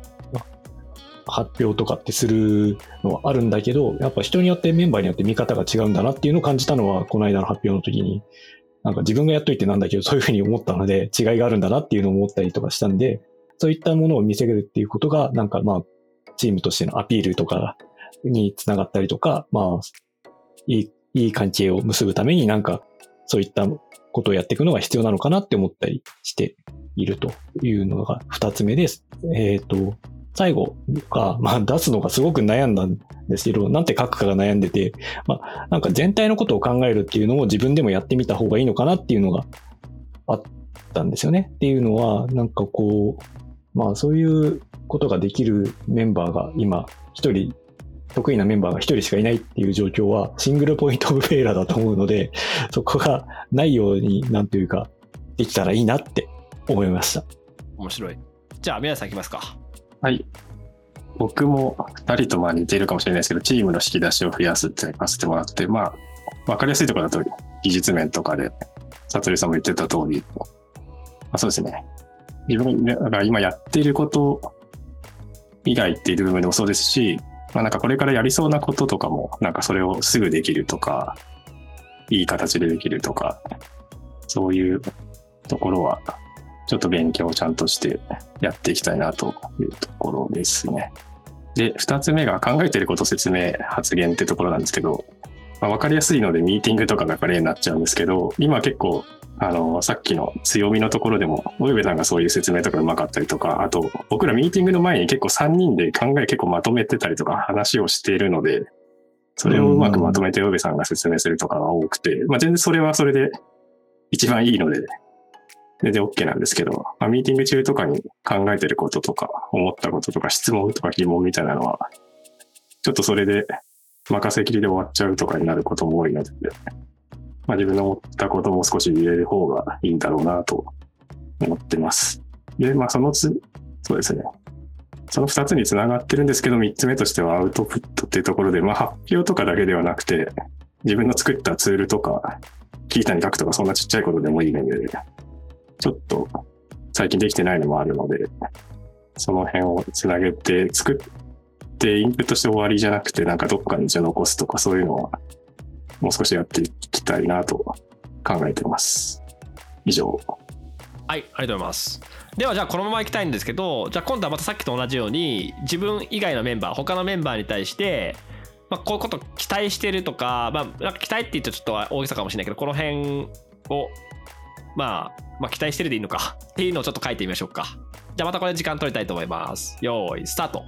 発表とかってするのはあるんだけど、やっぱ人によってメンバーによって見方が違うんだなっていうのを感じたのは、この間の発表の時に、なんか自分がやっといてなんだけど、そういうふうに思ったので、違いがあるんだなっていうのを思ったりとかしたんで、そういったものを見せるっていうことが、なんかまあ、チームとしてのアピールとかにつながったりとか、まあ、いい関係を結ぶためになんか、そういったことをやっていくのが必要なのかなって思ったりしているというのが2つ目です。最後が、まあ、出すのがすごく悩んだんですけど、なんて書くかが悩んでて、まあ、なんか全体のことを考えるっていうのを自分でもやってみた方がいいのかなっていうのがあったんですよね。っていうのは、なんかこう、まあそういうことができるメンバーが今一人、得意なメンバーが一人しかいないっていう状況はシングルポイントオブフェイラーだと思うので、そこがないようになんというかできたらいいなって思いました。 面白い。じゃあ宮さんいきますか。 はい。僕も2人とまあ似ているかもしれないですけど、チームの引き出しを増やすって書かせてもらって、まあ、わかりやすいところだと技術面とかで、悟りさんも言ってた通り、まあ、そうですね。自分が今やっていること以外っていう部分でもそうですし、まあなんかこれからやりそうなこととかも、なんかそれをすぐできるとか、いい形でできるとか、そういうところは、ちょっと勉強をちゃんとしてやっていきたいなというところですね。で、2つ目が考えていること説明発言ってところなんですけど、まあ、分かりやすいのでミーティングとかが例になっちゃうんですけど、今結構さっきの強みのところでも、およべさんがそういう説明とかうまかったりとか、あと僕らミーティングの前に結構3人で考え結構まとめてたりとか話をしているので、それをうまくまとめておよべさんが説明するとかが多くて、まあ全然それはそれで一番いいので、全然 OK なんですけど、まあ、ミーティング中とかに考えてることとか、思ったこととか質問とか疑問みたいなのは、ちょっとそれで任せきりで終わっちゃうとかになることも多いので、まあ、自分の思ったことも少し入れる方がいいんだろうなと思ってます。で、まあそうですね。その2つにつながってるんですけど、3つ目としてはアウトプットっていうところで、まあ発表とかだけではなくて、自分の作ったツールとか、キータに書くとかそんなちっちゃいことでもいいので、ちょっと最近できてないのもあるので、その辺をつなげて作ってインプットして終わりじゃなくて、なんかどっかに残すとかそういうのはもう少しやっていきたいなと考えてます。以上。 はい、ありがとうございます。ではじゃあこのままいきたいんですけど、じゃあ今度はまたさっきと同じように自分以外のメンバー、他のメンバーに対して、まあ、こういうこと期待してるとか、まあ、なんか期待って言うとちょっと大げさかもしれないけど、この辺をまあ期待してるでいいのかっていうのをちょっと書いてみましょうか。じゃあまたこれ時間取りたいと思います。よーいスタート。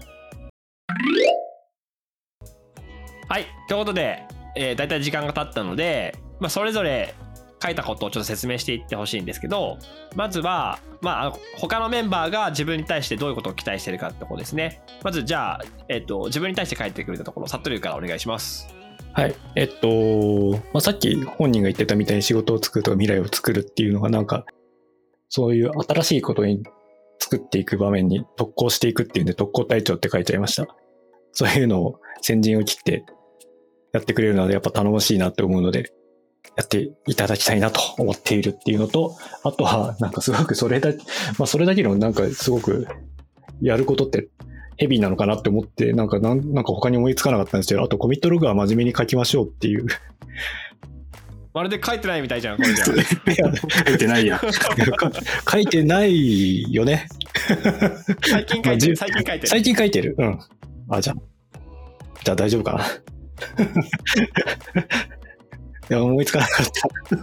はい、ということで、だいたい時間が経ったので、まあ、それぞれ書いたことをちょっと説明していってほしいんですけど、まずは、まあ、他のメンバーが自分に対してどういうことを期待してるかってことですね。まずじゃあ、自分に対して書いてくれたところ、サトリュウからお願いします。 はい。まあ、さっき本人が言ってたみたいに仕事を作るとか未来を作るっていうのがなんか、そういう新しいことに作っていく場面に特攻していくっていうんで特攻隊長って書いちゃいました。そういうのを先陣を切ってやってくれるのでやっぱ頼もしいなって思うので、やっていただきたいなと思っているっていうのと、あとはなんかすごくそれだけのなんかすごくやることってヘビーなのかなって思って、なんか他に思いつかなかったんですけど、あとコミットログは真面目に書きましょうっていう。 まるで書いてないみたいじゃん、これじゃ。 書いてないや。 書いてないよね。 最近書いてる。 最近書いてる。うん。じゃあ大丈夫かな。 や、思いつかなかった。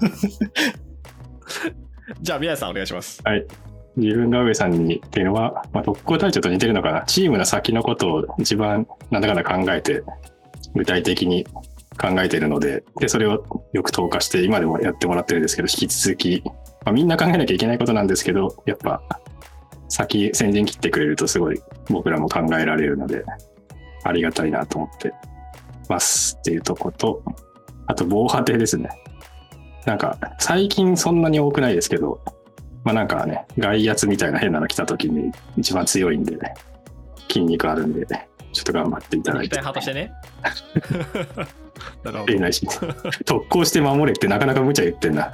じゃあ宮さんお願いします。 はい。自分が上さんにっていうのは、特攻隊長と似てるのかな。チームの先のことを一番なんだかんだ考えて、具体的に考えているので、それをよく投下して今でもやってもらってるんですけど、引き続き、みんな考えなきゃいけないことなんですけど、やっぱ先陣切ってくれるとすごい僕らも考えられるので、ありがたいなと思ってますっていうとこと、あと防波堤ですね。なんか最近そんなに多くないですけど、なんかね、外圧みたいな変なの来た時に一番強いんで、ね、筋肉あるんで、ね、ちょっと頑張っていただいて。 肉体派としてね。 なるほど。ないし、特攻して守れってなかなか無茶言ってんな。い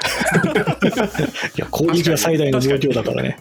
や、攻撃が最大の状況だからね。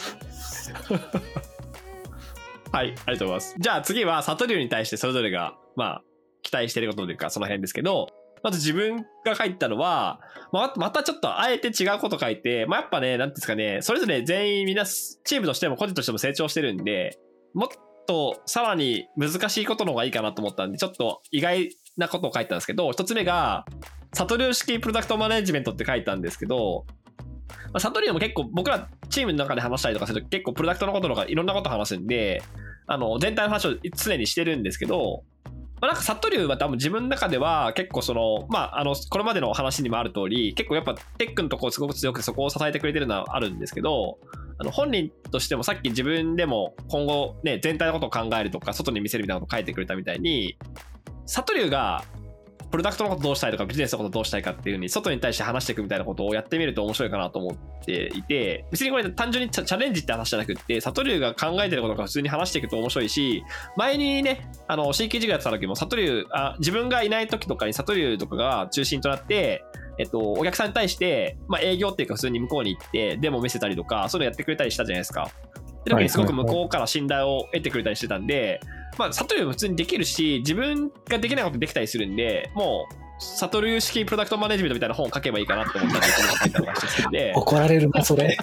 はい、ありがとうございます。じゃあ次はサトリュウに対してそれぞれが期待していることというかその辺ですけど、まず自分が書いたのは、またちょっとあえて違うこと書いて、やっぱね、なんていうんですかね、それぞれ全員みんなチームとしても個人としても成長してるんで、もっとさらに難しいことの方がいいかなと思ったんで、ちょっと意外なことを書いたんですけど、一つ目がサトリュウ式プロダクトマネジメントって書いたんですけど、サトリュウも結構僕らチームの中で話したりとかすると結構プロダクトのこととかいろんなこと話すんで、全体の話を常にしてるんですけど、なんかサトリュウは多分自分の中では結構これまでの話にもある通り、結構やっぱテックのところすごく強くそこを支えてくれてるのはあるんですけど、本人としてもさっき自分でも今後ね、全体のことを考えるとか外に見せるみたいなことを書いてくれたみたいに、サトリュウがプロダクトのことどうしたいとかビジネスのことどうしたいかっていう風に外に対して話していくみたいなことをやってみると面白いかなと思っていて、別にこれ単純にチャレンジって話じゃなくって、サトリュウが考えてることが普通に話していくと面白いし、前にね、新規事業やってた時もサトリュウ、自分がいない時とかにサトリュウとかが中心となって、お客さんに対して、営業っていうか普通に向こうに行ってデモ見せたりとか、そういうのやってくれたりしたじゃないですか。で時にすごく向こうから信頼を得てくれたりしてたんで、サトリュウも普通にできるし、自分ができないことできたりするんで、もうサトリュウ式プロダクトマネジメントみたいな本を書けばいいかなって思ったんで、この書いたのが一つで。 怒られるな、それ。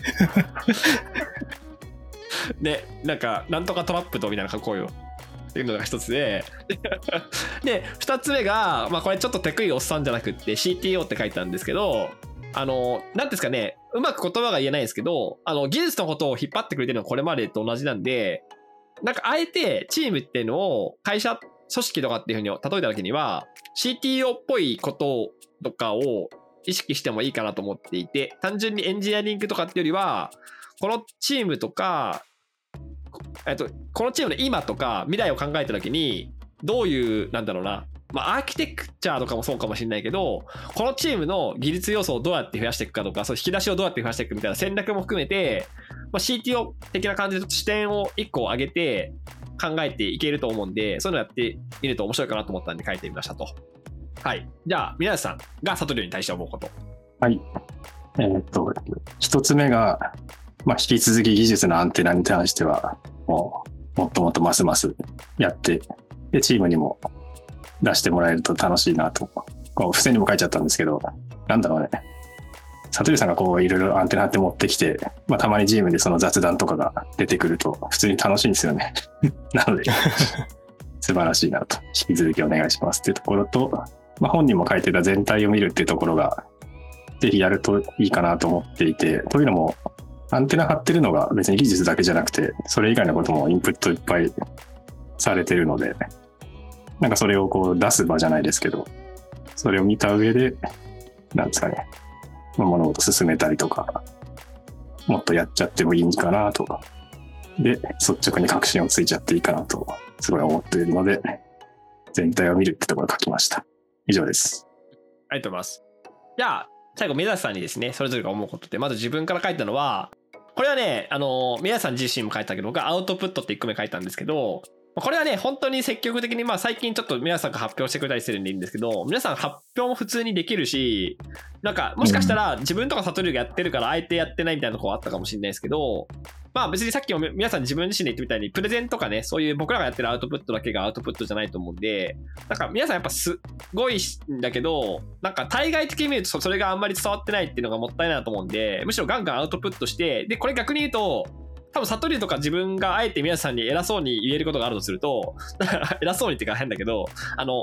で、なんとかトラップとみたいな書こうよっていうのが一つで、で、二つ目が、これちょっとテクいおっさんじゃなくって CTO って書いたんですけど、なんですかね、うまく言葉が言えないんですけど、技術のことを引っ張ってくれてるのはこれまでと同じなんで、あえてチームっていうのを会社、組織とかっていうふうに例えた時には CTO っぽいこととかを意識してもいいかなと思っていて、単純にエンジニアリングとかっていうよりは、このチームとか、このチームの今とか未来を考えた時にどういう、なんだろうな、アーキテクチャとかもそうかもしれないけど、このチームの技術要素をどうやって増やしていくかとか、そう引き出しをどうやって増やしていくみたいな戦略も含めて、CTO 的な感じで視点を1個上げて考えていけると思うんで、そういうのやってみると面白いかなと思ったんで書いてみましたと。はい。じゃあ、宮内さんがサトリュウに対して思うこと。 はい。一つ目が、引き続き技術のアンテナに関しては、もっともっとますますやって、で、チームにも出してもらえると楽しいなと。付箋にも書いちゃったんですけど、なんだろうね。サトリュウさんがいろいろアンテナって持ってきて、たまにチームでその雑談とかが出てくると普通に楽しいんですよね。なので、素晴らしいなと。引き続きお願いしますっていうところと、本人も書いてた全体を見るっていうところが、ぜひやるといいかなと思っていて、というのも、アンテナ張ってるのが別に技術だけじゃなくて、それ以外のこともインプットいっぱいされてるので、それを出す場じゃないですけど、それを見た上で、なんですかね、物事進めたりとか、もっとやっちゃってもいいかなとか、で、率直に確信をついちゃっていいかなと、すごい思っているので、全体を見るってところを書きました。以上です。 ありがとうございます。じゃあ、最後、宮崎さんにですね、それぞれが思うことで、まず自分から書いたのは、これはね、宮崎さん自身も書いたけど、僕はアウトプットって1個目書いたんですけど、これはね、本当に積極的に、最近ちょっと皆さんが発表してくれたりするんでいいんですけど、皆さん発表も普通にできるし、もしかしたら自分とかサトリュウがやってるから相手やってないみたいなところあったかもしれないですけど、別にさっきも皆さん自分自身で言ってみたいに、プレゼンとかね、そういう僕らがやってるアウトプットだけがアウトプットじゃないと思うんで、皆さんやっぱすごいんだけど、対外的に見るとそれがあんまり伝わってないっていうのがもったいないなと思うんで、むしろガンガンアウトプットして、で、これ逆に言うと、多分サトリュウとか自分があえて皆さんに偉そうに言えることがあるとすると偉そうにっていうか変だけどア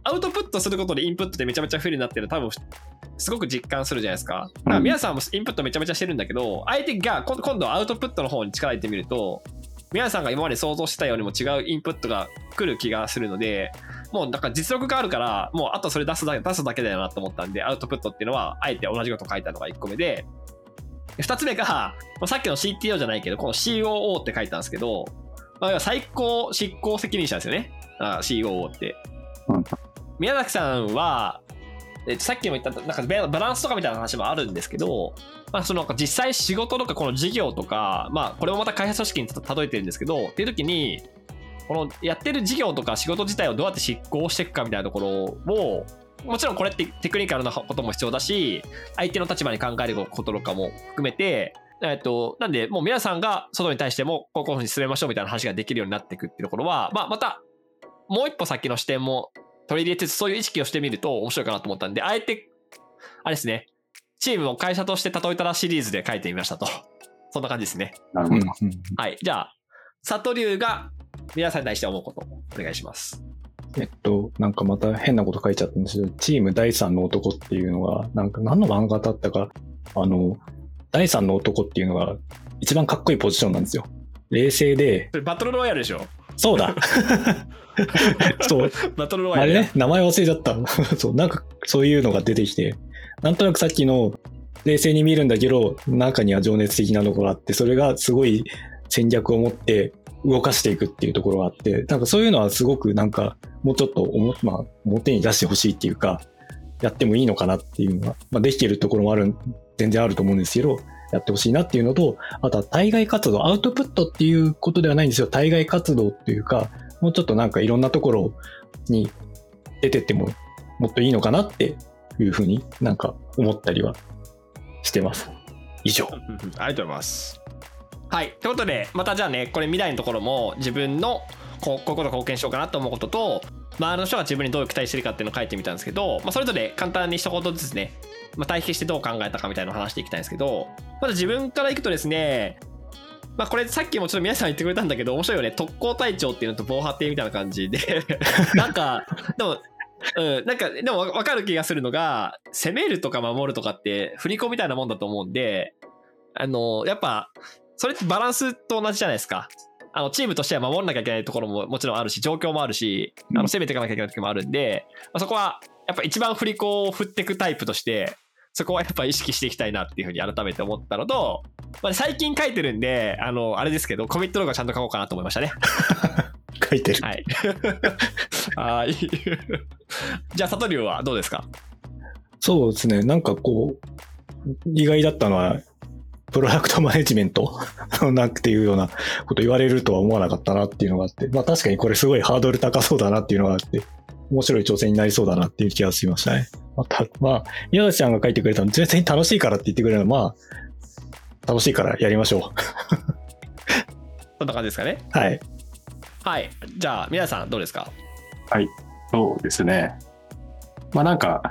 アウトプットすることでインプットでめちゃめちゃ不利になってるの多分すごく実感するじゃないですか。だから皆さんもインプットめちゃめちゃしてるんだけど、相手が今度はアウトプットの方に力入れてみると、皆さんが今まで想像してたよりも違うインプットが来る気がするので、もうだから実力があるから、もうあとそれ出すだけだよなと思ったんで、アウトプットっていうのはあえて同じこと書いたのが1個目で、2つ目がさっきの CTO じゃないけど、この COO って書いたんですけど、最高執行責任者ですよね。COO って。宮崎さんは、さっきも言ったなんかバランスとかみたいな話もあるんですけど、その実際仕事とかこの事業とか、これもまた開発組織に例えてるんですけど、っていう時にこのやってる事業とか仕事自体をどうやって執行していくかみたいなところを、もちろんこれってテクニカルなことも必要だし、相手の立場に考えることとかも含めて、なんでもう皆さんが外に対してもこういうふうに進めましょうみたいな話ができるようになっていくっていうところは、またもう一歩先の視点も取り入れつつ、そういう意識をしてみると面白いかなと思ったんで、あえてあれですね、チームを会社として例えたらシリーズで書いてみましたと。そんな感じですね。 なるほど。 はい。じゃあ佐藤龍が皆さんに対して思うことお願いします。 なんかまた変なこと書いちゃったんですけど、チーム第三の男っていうのが、なんか何の漫画だったか、第三の男っていうのが一番かっこいいポジションなんですよ。冷静で。 それバトルロイヤルでしょ。 そうだ。そう。 バトルロイヤル。 あれね、名前忘れちゃった。そう、なんかそういうのが出てきて、なんとなくさっきの冷静に見るんだけど、中には情熱的なのがあって、それがすごい戦略を持って動かしていくっていうところがあって、なんかそういうのはすごくなんかもうちょっと表に出してほしいっていうか、やってもいいのかなっていうのが、できてるところも全然あると思うんですけど、やってほしいなっていうのと、あとは対外活動、アウトプットっていうことではないんですよ。対外活動っていうか、もうちょっとなんかいろんなところに出てってももっといいのかなっていうふうになんか思ったりはしてます。以上。 ありがとうございます。はい。ということで、またじゃあね、これ未来のところも自分のこういうこと貢献しようかなと思うことと、周りの人が自分にどういう期待してるかっていうのを書いてみたんですけど、それぞれ簡単に一言ずつね、対比してどう考えたかみたいなのを話していきたいんですけど、まず自分からいくとですね、これさっきもちょっと皆さん言ってくれたんだけど、面白いよね。特攻隊長っていうのと防波堤みたいな感じでなんかでも分かる気がするのが、攻めるとか守るとかって振り子みたいなもんだと思うんで、やっぱそれってバランスと同じじゃないですか。チームとしては守らなきゃいけないところももちろんあるし、状況もあるし、攻めていかなきゃいけない時もあるんで、そこはやっぱ一番振り子を振っていくタイプとしてそこはやっぱ意識していきたいなっていうふうに改めて思ったのと、最近書いてるんであれですけど、コミットログはちゃんと書こうかなと思いましたね。 書いてる。 はいはいじゃあ佐藤龍はどうですか？ そうですね、なんかこう意外だったのはプロダクトマネジメントなんていうようなこと言われるとは思わなかったなっていうのがあって、確かにこれすごいハードル高そうだなっていうのがあって、面白い挑戦になりそうだなっていう気がしましたね。宮崎ちゃんが書いてくれたの全然楽しいからって言ってくれるのは、楽しいからやりましょう。 そんな感じですかね。 はいはい。じゃあ皆さんどうですか？ はい、そうですね。なんか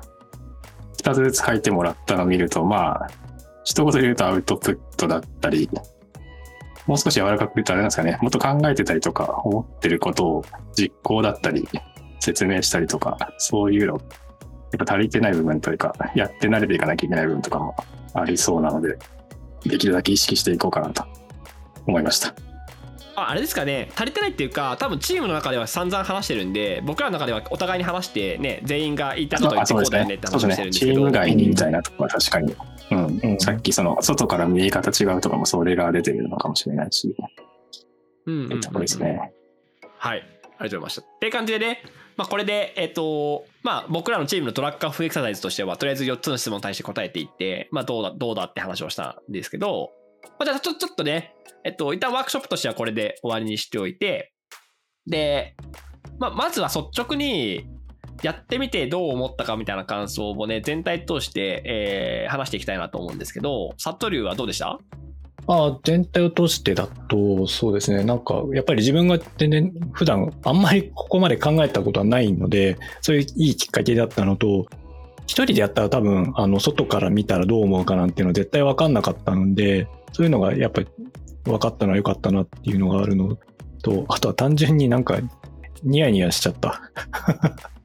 2つずつ書いてもらったのを見ると、一言で言うとアウトプットだったり、もう少し柔らかく言うとあれなんですかね、もっと考えてたりとか思ってることを実行だったり説明したりとか、そういうのやっぱ足りてない部分というか、やって慣れていかなきゃいけない部分とかもありそうなので、できるだけ意識していこうかなと思いました。 あれですかね、足りてないっていうか、多分チームの中では散々話してるんで、僕らの中ではお互いに話してね、全員が言いたいこと言ってこうだよねって話をしてるんですけど、 チーム外にみたいなところは確かに、さっきその外から見え方違うとかもそれが出てるのかもしれないし、ってところですね。 はい、ありがとうございました。っていう感じでね、これで僕らのチームのトラッカー風エクササイズとしては、とりあえず4つの質問に対して答えていって、どうだって話をしたんですけど、じゃあちょっとね、一旦ワークショップとしてはこれで終わりにしておいて、で、まずは率直にやってみてどう思ったかみたいな感想をね、全体通して、話していきたいなと思うんですけど、佐藤龍はどうでした？ 全体を通してだと、そうですね、なんかやっぱり自分が全然普段あんまりここまで考えたことはないので、そういういいきっかけだったのと、一人でやったら多分外から見たらどう思うかなんていうのは絶対分かんなかったので、そういうのがやっぱり分かったのは良かったなっていうのがあるのと、あとは単純になんかニヤニヤしちゃった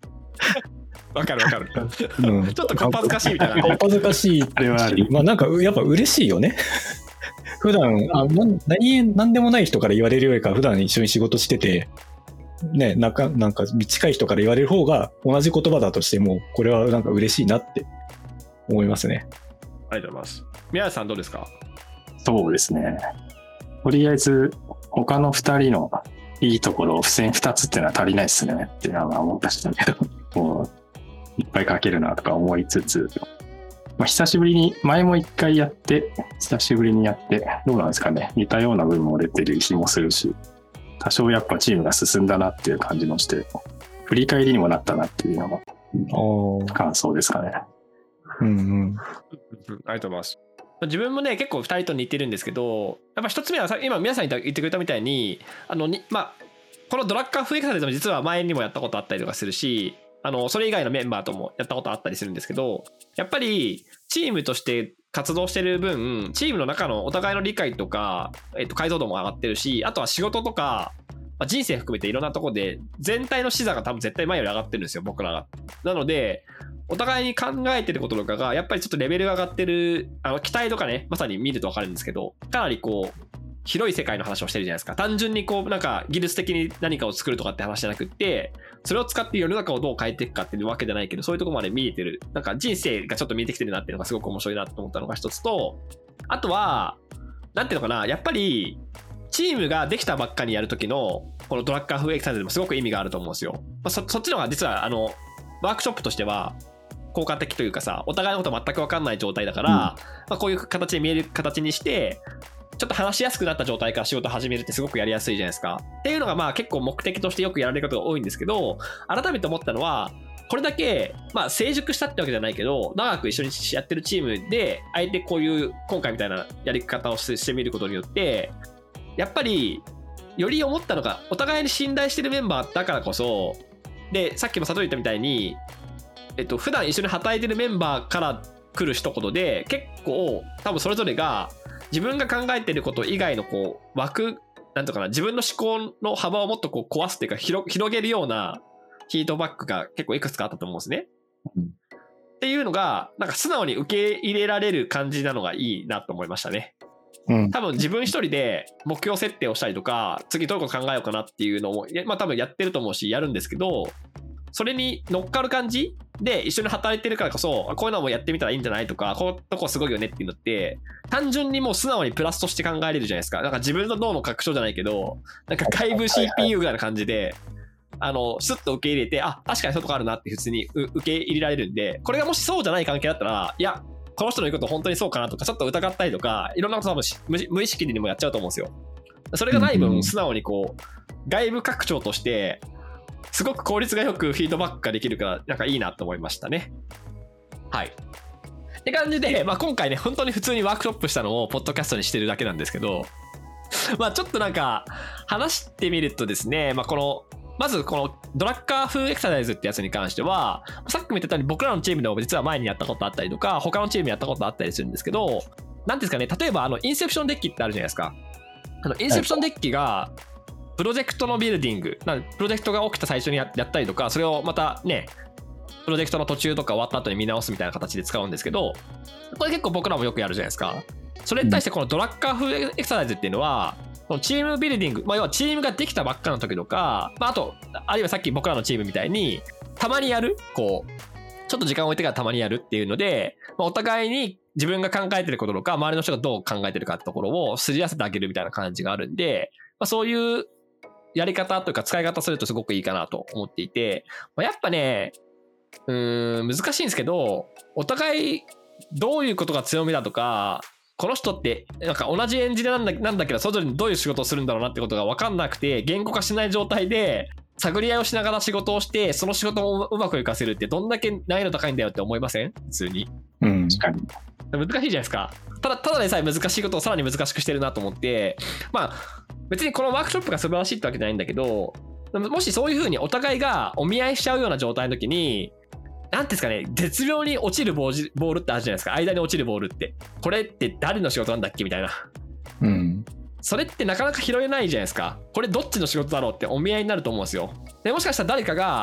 わかるわかる。 うん、 ちょっとこっぱずかしいみたいな、ね。 こっぱずかしい。 あれはある。 まあなんかやっぱ嬉しいよね。普段何でもない人から言われるよりか、普段一緒に仕事してて、ね、なんか近い人から言われる方が同じ言葉だとしても、これはなんか嬉しいなって思いますね。 ありがとうございます。宮内さんどうですか？ そうですね。とりあえず、他の2人のいいところを付箋2つっていうのは足りないですねっていうのは思ったんだけど、もういっぱい書けるなとか思いつつ、まあ、久しぶりに、前も1回やって、久しぶりにやって、どうなんですかね。似たような部分も出てる気もするし、多少やっぱチームが進んだなっていう感じもして、振り返りにもなったなっていうのが感想ですかね。 うんうん。 ありがとうございます。自分もね結構2人と似てるんですけど、やっぱ1つ目は今皆さん言ってくれたみたいにまあこのドラッカーフエクササイズも実は前にもやったことあったりとかするし、それ以外のメンバーともやったことあったりするんですけど、やっぱりチームとして活動してる分、チームの中のお互いの理解とか、解像度も上がってるし、あとは仕事とか、まあ、人生含めていろんなところで全体の視座が多分絶対前より上がってるんですよ、僕らが。なのでお互いに考えてることとかがやっぱりちょっとレベルが上がってる、期待とかね、まさに見ると分かるんですけど、かなりこう広い世界の話をしてるじゃないですか。単純にこうなんか技術的に何かを作るとかって話じゃなくって、それを使って世の中をどう変えていくかっていうわけじゃないけど、そういうところまで見えてる、なんか人生がちょっと見えてきてるなっていうのがすごく面白いなと思ったのが一つと、あとはなんていうのかな、やっぱりチームができたばっかにやる時のこのドラッカーフエクササイズでもすごく意味があると思うんですよ。まあ、そっちの方が実はワークショップとしては効果的というかさ、お互いのこと全く分かんない状態だから、まあ、こういう形で見える形にしてちょっと話しやすくなった状態から仕事を始めるってすごくやりやすいじゃないですか。っていうのがまあ結構目的としてよくやられることが多いんですけど、改めて思ったのはこれだけまあ成熟したってわけじゃないけど、長く一緒にやってるチームであえてこういう今回みたいなやり方をしてみることによって、やっぱりより思ったのが、お互いに信頼してるメンバーだからこそで、さっきも佐藤言ったみたいに普段一緒に働いてるメンバーから来る一言で結構多分それぞれが自分が考えてること以外のこう枠なんとかな、自分の思考の幅をもっとこう壊すっていうか広げるようなフィードバックが結構いくつかあったと思うんですね、っていうのがなんか素直に受け入れられる感じなのがいいなと思いましたね。多分自分一人で目標設定をしたりとか、次どういうこと考えようかなっていうのもまあ多分やってると思うしやるんですけど、それに乗っかる感じで一緒に働いてるからこそ、こういうのもやってみたらいいんじゃないとか、こういうとこすごいよねっていうのって単純にもう素直にプラスとして考えれるじゃないですか。なんか自分の脳の拡張じゃないけど、なんか外部 CPU ぐらいな感じでスッと受け入れて、あ、確かにそういうとこあるなって普通に受け入れられるんで、これがもしそうじゃない関係だったら、いやこの人の言うこと本当にそうかなとかちょっと疑ったりとか、いろんなこと多分無意識にもやっちゃうと思うんですよ。それがない分素直にこう外部拡張としてすごく効率がよくフィードバックができるからなんかいいなと思いましたね。はい。って感じで、まあ、今回ね本当に普通にワークショップしたのをポッドキャストにしてるだけなんですけど、まあちょっとなんか話してみるとですね、まあまずこのドラッカー風エクササイズってやつに関しては、さっきも言ったように僕らのチームでも実は前にやったことあったりとか、他のチームやったことあったりするんですけど、なんですかね、例えばインセプションデッキってあるじゃないですか。インセプションデッキがプロジェクトのビルディング、プロジェクトが起きた最初にやったりとか、それをまたねプロジェクトの途中とか終わった後に見直すみたいな形で使うんですけど、これ結構僕らもよくやるじゃないですか。それに対してこのドラッカー風エクササイズっていうのは、このチームビルディング、まあ、要はチームができたばっかの時とか、まあ、あるいはさっき僕らのチームみたいにたまにやる、こうちょっと時間を置いてからたまにやるっていうので、まあ、お互いに自分が考えてることとか周りの人がどう考えてるかってところをすり合わせてあげるみたいな感じがあるんで、まあ、そういうやり方というか使い方するとすごくいいかなと思っていて、まあ、やっぱね難しいんですけど、お互いどういうことが強みだとか、この人ってなんか同じエンジニアなんだけどそれぞれにどういう仕事をするんだろうなってことが分かんなくて、言語化しない状態で探り合いをしながら仕事をして、その仕事をうまくいかせるってどんだけ難易度高いんだよって思いません？普通に。 確かに難しいじゃないですか。ただでさえ難しいことをさらに難しくしてるなと思って、まあ別にこのワークショップが素晴らしいってわけじゃないんだけど、もしそういう風にお互いがお見合いしちゃうような状態の時に、なんていうんですかね、絶妙に落ちるボールってあるじゃないですか。間に落ちるボールって、これって誰の仕事なんだっけみたいな。それってなかなか拾えないじゃないですか。これどっちの仕事だろうってお見合いになると思うんですよ。でもしかしたら誰かが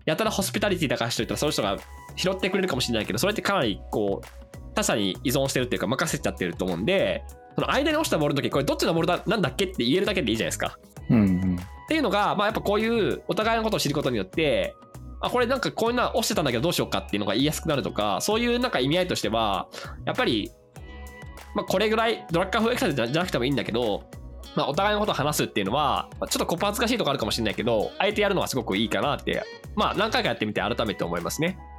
やたらホスピタリティ高い人いたらその人が拾ってくれるかもしれないけど、それってかなりこう他者に依存してるっていうか任せちゃってると思うんで、その間に落ちたボールの時これどっちのボールなんだっけって言えるだけでいいじゃないですか。っていうのがまあやっぱこういうお互いのことを知ることによって、あこれなんかこういうの落ちてたんだけどどうしようかっていうのが言いやすくなるとか、そういうなんか意味合いとしてはやっぱりまあこれぐらいドラッカー風エクササイズじゃなくてもいいんだけど、まあお互いのことを話すっていうのはちょっとこっぱ恥ずかしいとこあるかもしれないけど、あえてやるのはすごくいいかなってまあ何回かやってみて改めて思いますね。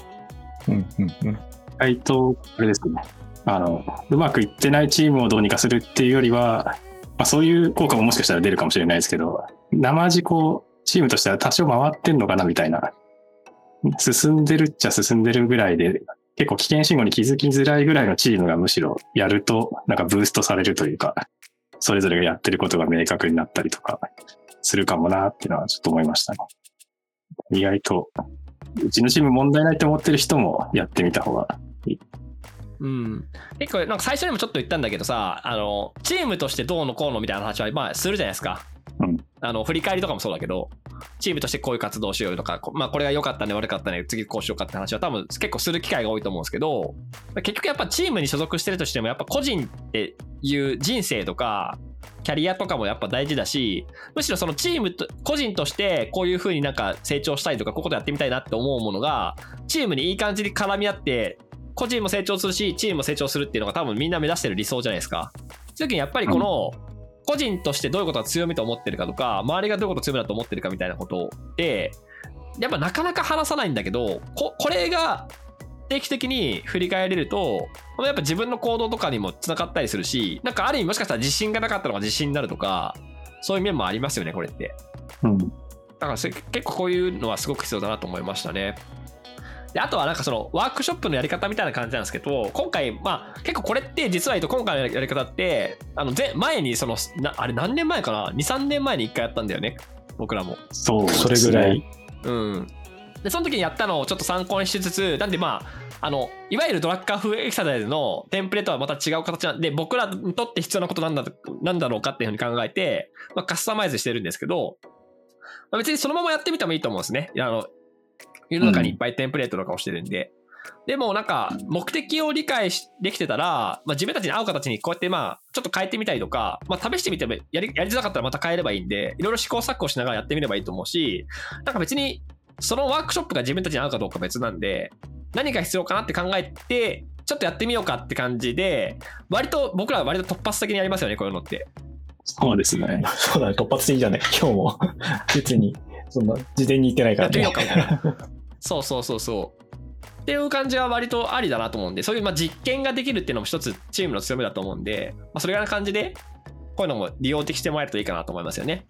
あれですね。うまくいってないチームをどうにかするっていうよりは、まあ、そういう効果ももしかしたら出るかもしれないですけど、生地こうチームとしては多少回ってんのかなみたいな、進んでるっちゃ進んでるぐらいで、結構危険信号に気づきづらいぐらいのチームがむしろやるとなんかブーストされるというか、それぞれがやってることが明確になったりとかするかもなっていうのはちょっと思いましたね。意外とうちのチーム問題ないと思ってる人もやってみた方がいい。 結構なんか最初にもちょっと言ったんだけどさ、チームとしてどうのこうのみたいな話はまあするじゃないですか。振り返りとかもそうだけど、チームとしてこういう活動をしようとか、まあこれが良かったね悪かったね次こうしようかって話は多分結構する機会が多いと思うんですけど、結局やっぱチームに所属してるとしてもやっぱ個人っていう人生とかキャリアとかもやっぱ大事だし、むしろそのチームと個人としてこういう風になんか成長したいとかこういうことやってみたいなって思うものがチームにいい感じに絡み合って個人も成長するしチームも成長するっていうのが多分みんな目指してる理想じゃないですか。そういう時にやっぱりこの個人としてどういうことが強みと思ってるかとか周りがどういうことを強みだと思ってるかみたいなことでやっぱなかなか話さないんだけど、これが定期的に振り返れるとやっぱ自分の行動とかにもつながったりするし、なんかある意味もしかしたら自信がなかったのが自信になるとかそういう面もありますよねこれって。だから結構こういうのはすごく必要だなと思いましたね。であとはなんかそのワークショップのやり方みたいな感じなんですけど、今回まあ結構これって実は言うと今回のやり方って前にそのあれ何年前かな 2,3 年前に1回やったんだよね僕らも。 そうそれぐらい。 でその時にやったのをちょっと参考にしつつ、なんでまあいわゆるドラッカー風エクササイズのテンプレートはまた違う形なんで、僕らにとって必要なことなんだろうかっていうふうに考えて、まあ、カスタマイズしてるんですけど、まあ、別にそのままやってみてもいいと思うんですね。世の中にいっぱいテンプレートとかをしてるんで。でもなんか目的を理解できてたら、まあ、自分たちに合う形にこうやってまあちょっと変えてみたりとか、まあ、試してみてもやりづらかったらまた変えればいいんで、いろいろ試行錯誤しながらやってみればいいと思うし、なんか別にそのワークショップが自分たちに合うかどうか別なんで、何が必要かなって考えてちょっとやってみようかって感じで、僕らは割と突発的にやりますよねこういうのって。 そうですね。 そうだね、突発的じゃね今日も別にそんな事前に言ってないからね。 やってみようかみたいなそうっていう感じは割とありだなと思うんで、そういうまあ実験ができるっていうのも一つチームの強みだと思うんで、まあ、それぐらいな感じでこういうのも利用的してもらえるといいかなと思いますよね。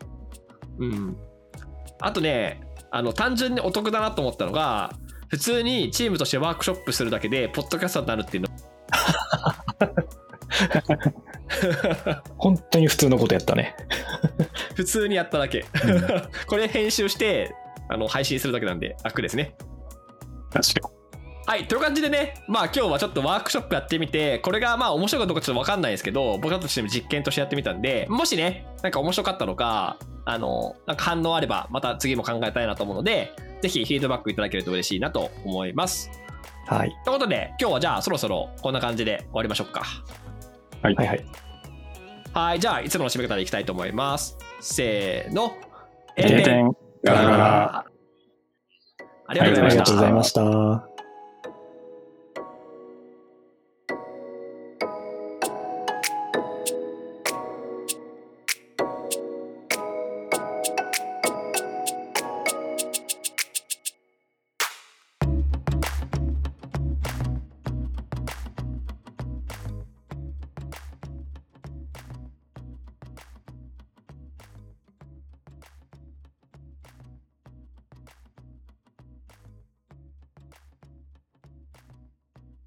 あとね、単純にお得だなと思ったのが、普通にチームとしてワークショップするだけでポッドキャストになるっていうの本当に普通のことやったね普通にやっただけこれ編集して配信するだけなんで楽ですね。 確かに。 はい、という感じでね、まあ今日はちょっとワークショップやってみて、これがまあ面白いかどうかちょっと分かんないですけど、僕らとしても実験としてやってみたんで、もしねなんか面白かったのかなんか反応あればまた次も考えたいなと思うので、ぜひフィードバックいただけると嬉しいなと思います。 はい。 ということで今日はじゃあそろそろこんな感じで終わりましょうか。 はい、 はい、じゃあいつもの締め方でいきたいと思います。せーの。 ガラガラ。 ありがとうございました。 ありがとうございました。